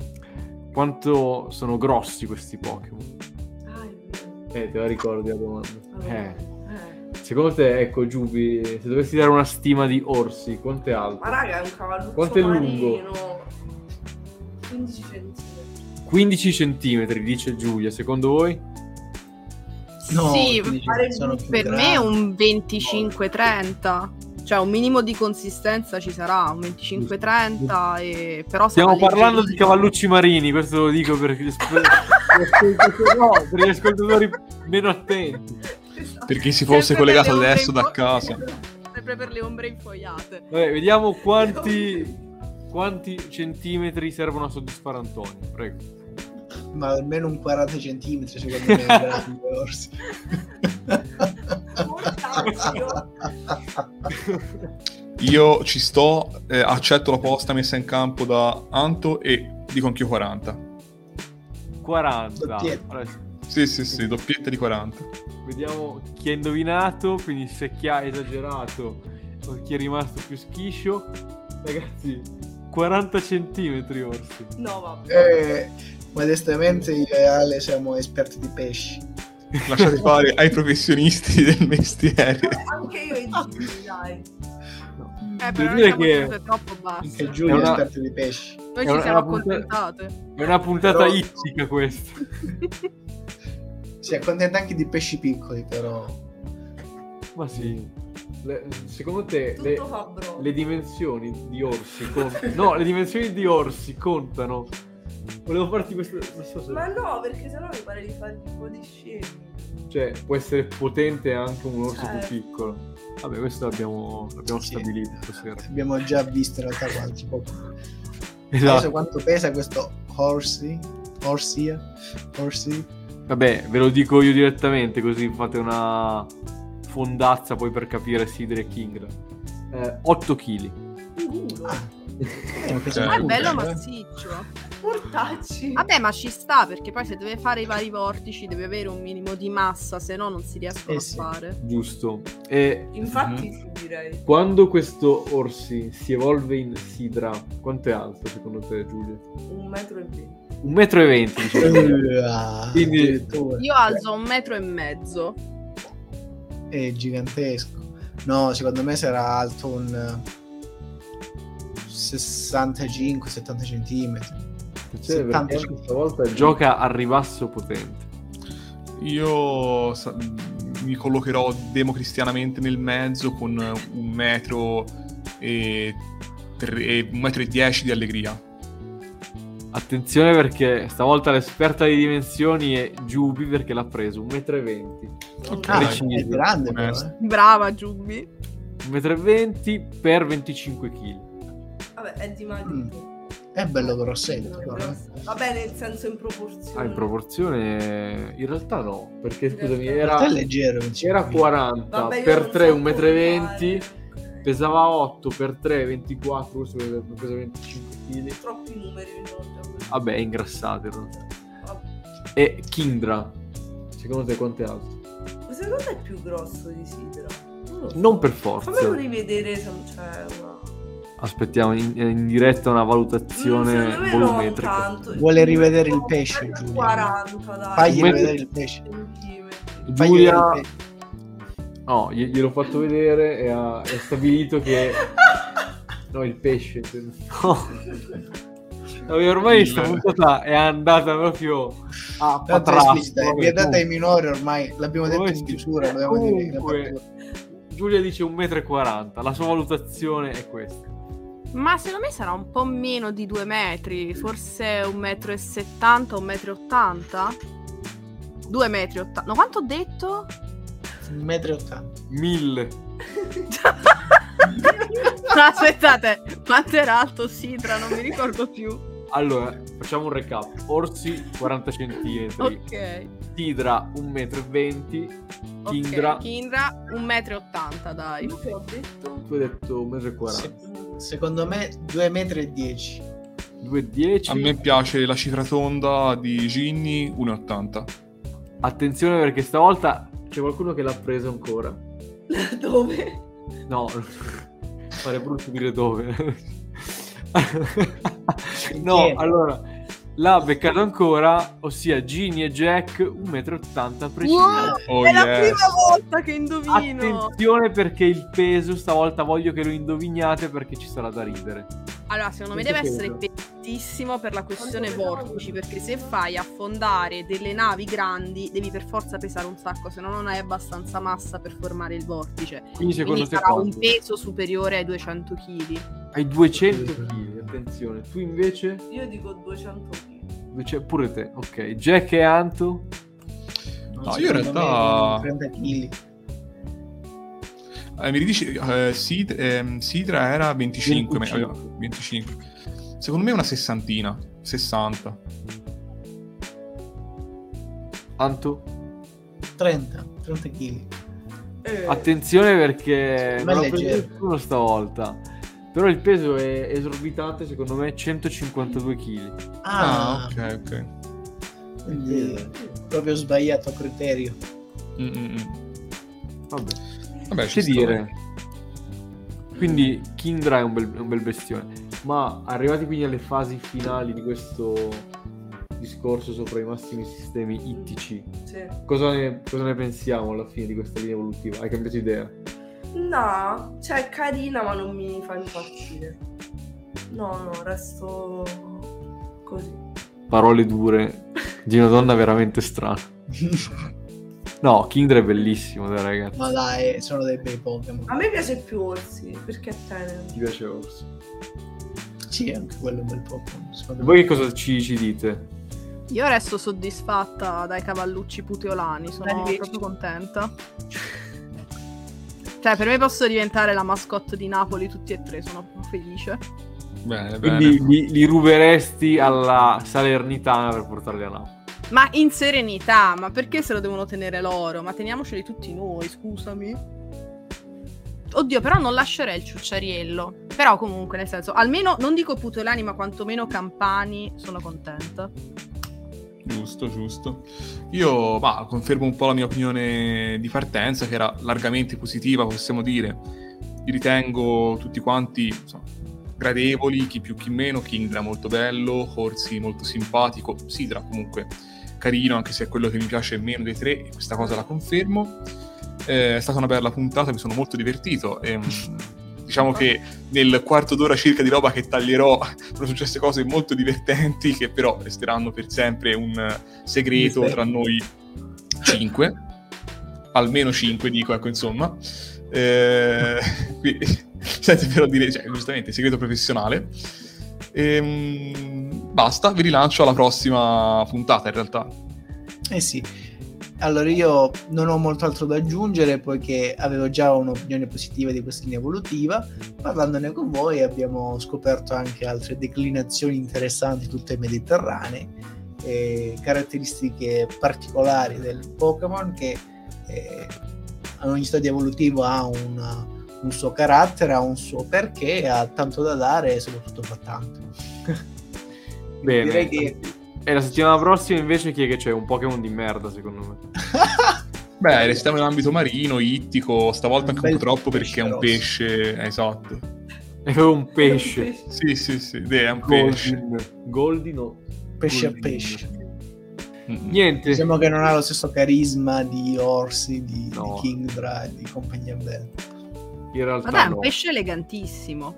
A: quanto sono grossi questi Pokémon?
E: Ah, è vero.
A: Eh, te la ricordi la domanda?
E: Allora,
A: Eh.
E: eh.
A: Secondo te, ecco Giubi, se dovessi dare una stima di orsi, quanto è alto?
E: Ma raga, è un cavalluccio
A: Quanto è lungo?
E: marino. quindici centimetri.
A: quindici centimetri, dice Giulia, secondo voi?
D: No,
B: Sì,
D: quindi
E: pare-
D: sono più
B: Per me
D: grandi.
B: un venticinque trenta, cioè un minimo di consistenza ci sarà, un venticinque trenta, e... però sarà
A: Stiamo parlando di
B: leggerino.
A: cavallucci marini, questo lo dico per gli, aspe- gli ascoltatori, no, per gli ascoltatori meno attenti.
E: Esatto.
C: Per chi si fosse
B: Sempre per
C: collegato
B: le ombre
C: adesso da
B: info-
C: casa.
B: Sempre per le ombre infogliate.
A: Vabbè, vediamo quanti quanti centimetri servono a soddisfare Antonio? Prego.
D: Ma almeno un quaranta centimetri secondo me è grande orsi.
C: Io ci sto, eh, accetto la posta messa in campo da Anto e dico anch'io quaranta.
A: quaranta.
D: Doppietta.
A: Allora,
C: Sì, sì, sì, doppietta di quaranta.
A: vediamo chi ha indovinato, quindi se chi ha esagerato o chi è rimasto più schiscio. Ragazzi, quaranta centimetri orsi.
E: No, vabbè.
D: Eh, modestamente io e Ale siamo esperti di pesci.
C: Lasciate fare ai professionisti del mestiere.
E: Anche io in giro, dai.
B: Eh,
A: Devo
B: però
A: dire
B: siamo
A: che
B: sempre troppo bassi.
D: Anche Giulio
A: È
D: è
A: una-
D: esperto di pesci.
B: Noi
A: è
B: ci
A: una-
B: siamo
A: è una punta-
B: accontentate.
A: È una puntata
D: Però-
A: ittica questa.
D: Si accontenta anche di pesci piccoli, però.
A: Ma sì. Le- secondo te le,
E: Tutto fa bro.
A: le dimensioni di orsi contano? No, le dimensioni di orsi contano. Volevo farti questo. Non so se.
E: Ma no, perché sennò mi pare di fare un po' di scemi.
A: Cioè, può essere potente anche un orso
E: Certo.
A: più piccolo. Vabbè, questo l'abbiamo, l'abbiamo
D: Sì.
A: stabilito stasera.
D: Abbiamo già visto in realtà quanto poco.
A: Esatto.
D: Adesso quanto pesa questo horsey? Horsey? Horsey?
A: Vabbè, ve lo dico io direttamente, così fate una fondazza poi per capire Sidra e Kingra. Eh, otto chili.
E: Sicuro.
D: Eh, pesa
C: Ok.
B: Ma è
D: molto,
B: bello
D: eh.
B: massiccio.
E: Portacci.
B: Vabbè, ma ci sta, perché poi se deve fare i vari vortici deve avere un minimo di massa, se no non si riescono
D: Eh
B: a
D: sì.
B: fare.
A: Giusto. E
E: Infatti
C: Mhm.
E: sì, direi.
A: quando questo orsi si evolve in Sidra, quanto è alto secondo te, Giulia?
E: Un metro e venti.
A: Un metro e venti, diciamo.
D: Ah,
A: Quindi-
D: addirittura.
B: Io alzo un metro e mezzo.
D: È gigantesco. No, secondo me sarà alto un eh, sessantacinque settanta centimetri.
A: Cioè,
D: settanta
A: perché questa volta gioca a ribasso potente.
C: Io sa- mi collocherò democristianamente nel mezzo con un metro e, tre- e un metro e dieci di allegria.
A: Attenzione perché stavolta l'esperta di dimensioni è Giubi perché l'ha preso un metro e venti.
C: Ok.
D: Ah,
A: Preciso.
D: è grande però,
C: Onesto.
D: eh.
B: Brava Giubi.
A: Un metro e venti per venticinque chili.
E: Vabbè, è dimagrito.
D: È bello grossetto
E: No,
D: però, eh.
E: grosso. Vabbè, nel senso in proporzione.
A: Ah, in proporzione in realtà no, perché scusami,
E: In
A: era,
D: È leggero, venticinque
A: era
D: chili.
A: quaranta
E: Vabbè, io
A: per
E: non
A: tre
E: so
A: un metro e venti,
E: contare.
A: pesava otto per tre ventiquattro, questo pesa venticinque chili.
E: Troppi numeri mi sono già venuti.
A: Vabbè, è ingrassato in realtà.
E: Vabbè.
A: E Kindra, secondo te quanto è alto?
E: Ma secondo te è più grosso di Sidra? Non lo so.
A: Non per forza.
E: Fammelo rivedere se non c'è una...
A: Aspettiamo in, in diretta una
E: Mm,
A: valutazione
E: secondo me non
A: volumetrica.
E: tanto.
D: Vuole rivedere il pesce, Giulia.
E: quaranta, dai.
D: Fagli
A: Un metro-
D: vedere il pesce.
E: centimetri.
D: Fagli
A: Giulia,
D: vedere il pesce.
A: no, gli- gliel'ho fatto vedere e ha, è stabilito che... No, il pesce. intendo. No. Vabbè, ormai
C: Il-
A: sta puntata è andata proprio a
D: Tanto è
A: patrasso.
D: esplicita, è
A: vabbè,
D: vietata ai
A: comunque.
D: minori ormai, l'abbiamo detto
A: Come
D: in
A: si-
D: chiusura, dobbiamo dire
A: Comunque, Giulia dice un metro e quaranta, la sua valutazione è questa.
B: Ma secondo me sarà un po' meno di due metri, forse un metro e settanta, un metro e ottanta. Due metri e ottanta. No, quanto ho detto?
D: un metro e ottanta.
A: Mille.
B: No, aspettate, quanto era alto Sidra? Non mi ricordo più.
A: Allora, facciamo un recap. Orsi quaranta centimetri,
B: Ok.
A: Sidra un metro e venti,
B: Ok,
A: Kindra,
B: Kindra un metro e ottanta, dai.
E: Io che ho detto?
A: tu hai detto un metro e quaranta,
D: Se- secondo me due metri e dieci.
A: due e dieci.
C: A me piace la cifra tonda di Ginny, uno e ottanta.
A: Attenzione perché stavolta c'è qualcuno che l'ha preso ancora.
E: Dove?
A: No, fare brutto dire dove. No,
D: Chiede.
A: allora l'ha beccato ancora, ossia Ginny e Jack un metro e ottanta preciso.
B: Wow,
C: Oh
B: è la
C: yes.
B: prima volta che indovino.
A: Attenzione perché il peso stavolta voglio che lo indoviniate perché ci sarà da ridere.
B: Allora, secondo me
A: Questo
B: deve essere
A: peso.
B: pesantissimo per la questione
E: Quanto
B: vortici,
E: pesava?
B: perché se fai affondare delle navi grandi devi per forza pesare un sacco, se no non hai abbastanza massa per formare il vortice.
A: Quindi secondo
B: Quindi
A: te
B: sarà un
A: quanto?
B: peso superiore ai duecento chili.
A: Hai duecento chili, attenzione. Tu invece?
E: Io dico duecento chili.
A: Duece- Pure te, ok. Jack e Anto?
C: No, io in realtà-
D: trenta chili.
C: Eh, mi ridici, eh, Sid- ehm, Sidra era venticinque,
A: venticinque.
C: aveva- venticinque. Secondo me una sessantina, sessanta.
A: Anto?
D: trenta chili.
E: Eh,
A: Attenzione perché
D: Ma
A: non
D: è
A: l'ho preso
D: leggero.
A: nessuno stavolta. Però il peso è esorbitante, secondo me centocinquantadue chili.
C: Ah,
D: Ah,
C: ok, ok.
D: quindi proprio sbagliato criterio.
C: Mm-mm.
A: Vabbè,
C: Vabbè,
A: che
C: ci sta.
A: dire. Quindi Kingdra è un bel, è un bel bestione. Ma arrivati quindi alle fasi finali di questo discorso sopra i massimi sistemi ittici,
E: sì.
A: cosa ne, cosa ne pensiamo alla fine di questa linea evolutiva? Hai cambiato idea?
E: No, cioè è carina ma non mi fa impazzire. No, no, resto così.
A: Parole dure di una donna veramente strana. No, Kingdra è bellissimo, dai ragazzi.
D: Ma dai, sono dei bei Pokémon.
E: A me piace più Orsi, perché è tenero.
A: Mi piace Orso.
D: Sì, anche quello è un bel Pokémon.
A: E
D: secondo
A: voi
D: me.
A: che cosa ci, ci dite?
B: Io resto soddisfatta dai cavallucci puteolani, sono
E: Bellissimo.
B: proprio contenta. Cioè, per me posso diventare la mascotte di Napoli tutti e tre, sono proprio felice.
C: Bene,
A: Quindi
C: bene.
A: li, li ruberesti alla Salernitana per portarli a Napoli.
B: Ma in serenità, ma perché se lo devono tenere loro? Ma teniamoceli tutti noi, scusami. Oddio, però non lascerei il ciucciariello. Però comunque, nel senso, almeno, non dico puteolani, ma quantomeno campani, sono contenta.
C: Giusto, giusto. Io bah, confermo un po' la mia opinione di partenza, che era largamente positiva, possiamo dire. Li ritengo tutti quanti, insomma, gradevoli, chi più chi meno. Kingdra molto bello, Orsi molto simpatico, Sidra comunque carino, anche se è quello che mi piace meno dei tre, e questa cosa la confermo. Eh, è stata una bella puntata, mi sono molto divertito. E, diciamo che nel quarto d'ora circa di roba che taglierò sono successe cose molto divertenti che però resteranno per sempre un segreto tra noi cinque, almeno cinque dico, ecco, insomma. Eh, qui, senza però dire, cioè, giustamente, segreto professionale. Ehm, basta, vi rilancio alla prossima puntata in realtà.
D: Eh sì. Allora io non ho molto altro da aggiungere poiché avevo già un'opinione positiva di questa linea evolutiva. Parlandone con voi abbiamo scoperto anche altre declinazioni interessanti, tutte mediterranee, e caratteristiche particolari del Pokémon che eh, ogni stadio evolutivo ha un, un suo carattere, ha un suo perché, ha tanto da dare e soprattutto fa tanto.
A: Bene.
D: Direi che
A: E la settimana prossima invece chi è che c'è? Un Pokémon di merda, secondo me.
C: Beh, restiamo in ambito marino, ittico, stavolta
D: Un
C: anche un po'
D: bel
C: troppo perché è un
D: pesce
C: pesce, esatto.
A: È proprio un pesce.
C: Sì, sì, sì, è un pesce.
A: Goldin. Goldin o...
D: pesce a
A: Goldin.
D: pesce.
C: Mm.
A: Niente.
D: Diciamo che non ha lo stesso carisma di Orsi, di,
A: No.
D: di Kingdra e di compagnia bella.
A: In realtà
B: Ma dai, è
A: no.
B: un pesce elegantissimo.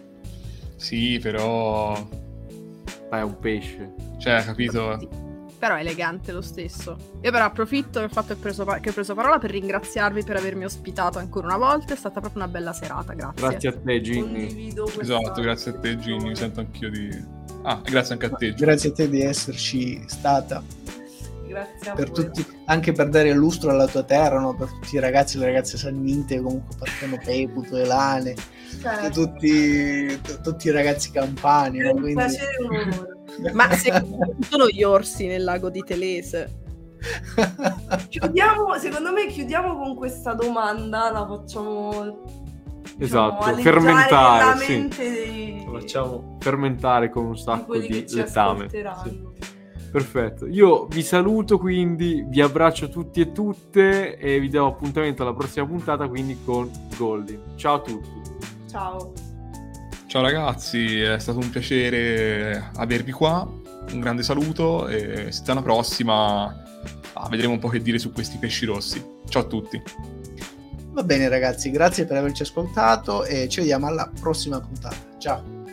C: Sì, però...
A: Dai, è un pesce.
C: Cioè, capito?
B: Sì, però è elegante lo stesso. Io però approfitto del fatto che ho preso, pa- che ho preso parola per ringraziarvi per avermi ospitato ancora una volta. È stata proprio una bella serata, grazie.
A: Grazie a te, Ginny.
E: Condivido questa...
C: Esatto, grazie a te Ginny, mi sento anch'io di... Ah, e grazie anche a te Ginny.
D: Grazie a te di esserci stata,
E: Grazie a
D: per
E: voi.
D: tutti, anche per dare lustro alla tua terra, no? Per tutti i ragazzi e le ragazze sannite che comunque partono Putoelane,
E: Certo.
D: tutti, t- tutti i ragazzi campani,
E: È
D: no?
E: un
D: Quindi...
E: piacere e un onore.
B: Ma secondo me sono gli orsi nel lago di Telese.
E: Chiudiamo, secondo me chiudiamo con questa domanda, la facciamo
A: Esatto,
E: aleggiare
A: fermentare,
E: la
A: sì.
E: mente dei,
A: Lo facciamo fermentare con un
E: di
A: sacco
E: quelli
A: di
E: che ci
A: letame.
E: ascolteranno.
A: Sì. Perfetto, io vi saluto, quindi vi abbraccio tutti e tutte e vi do appuntamento alla prossima puntata, quindi con Goldin. Ciao a tutti.
E: Ciao.
C: Ciao ragazzi, è stato un piacere avervi qua, un grande saluto e settimana prossima ah, vedremo un po' che dire su questi pesci rossi. Ciao a tutti.
D: Va bene ragazzi, grazie per averci ascoltato e ci vediamo alla prossima puntata. Ciao.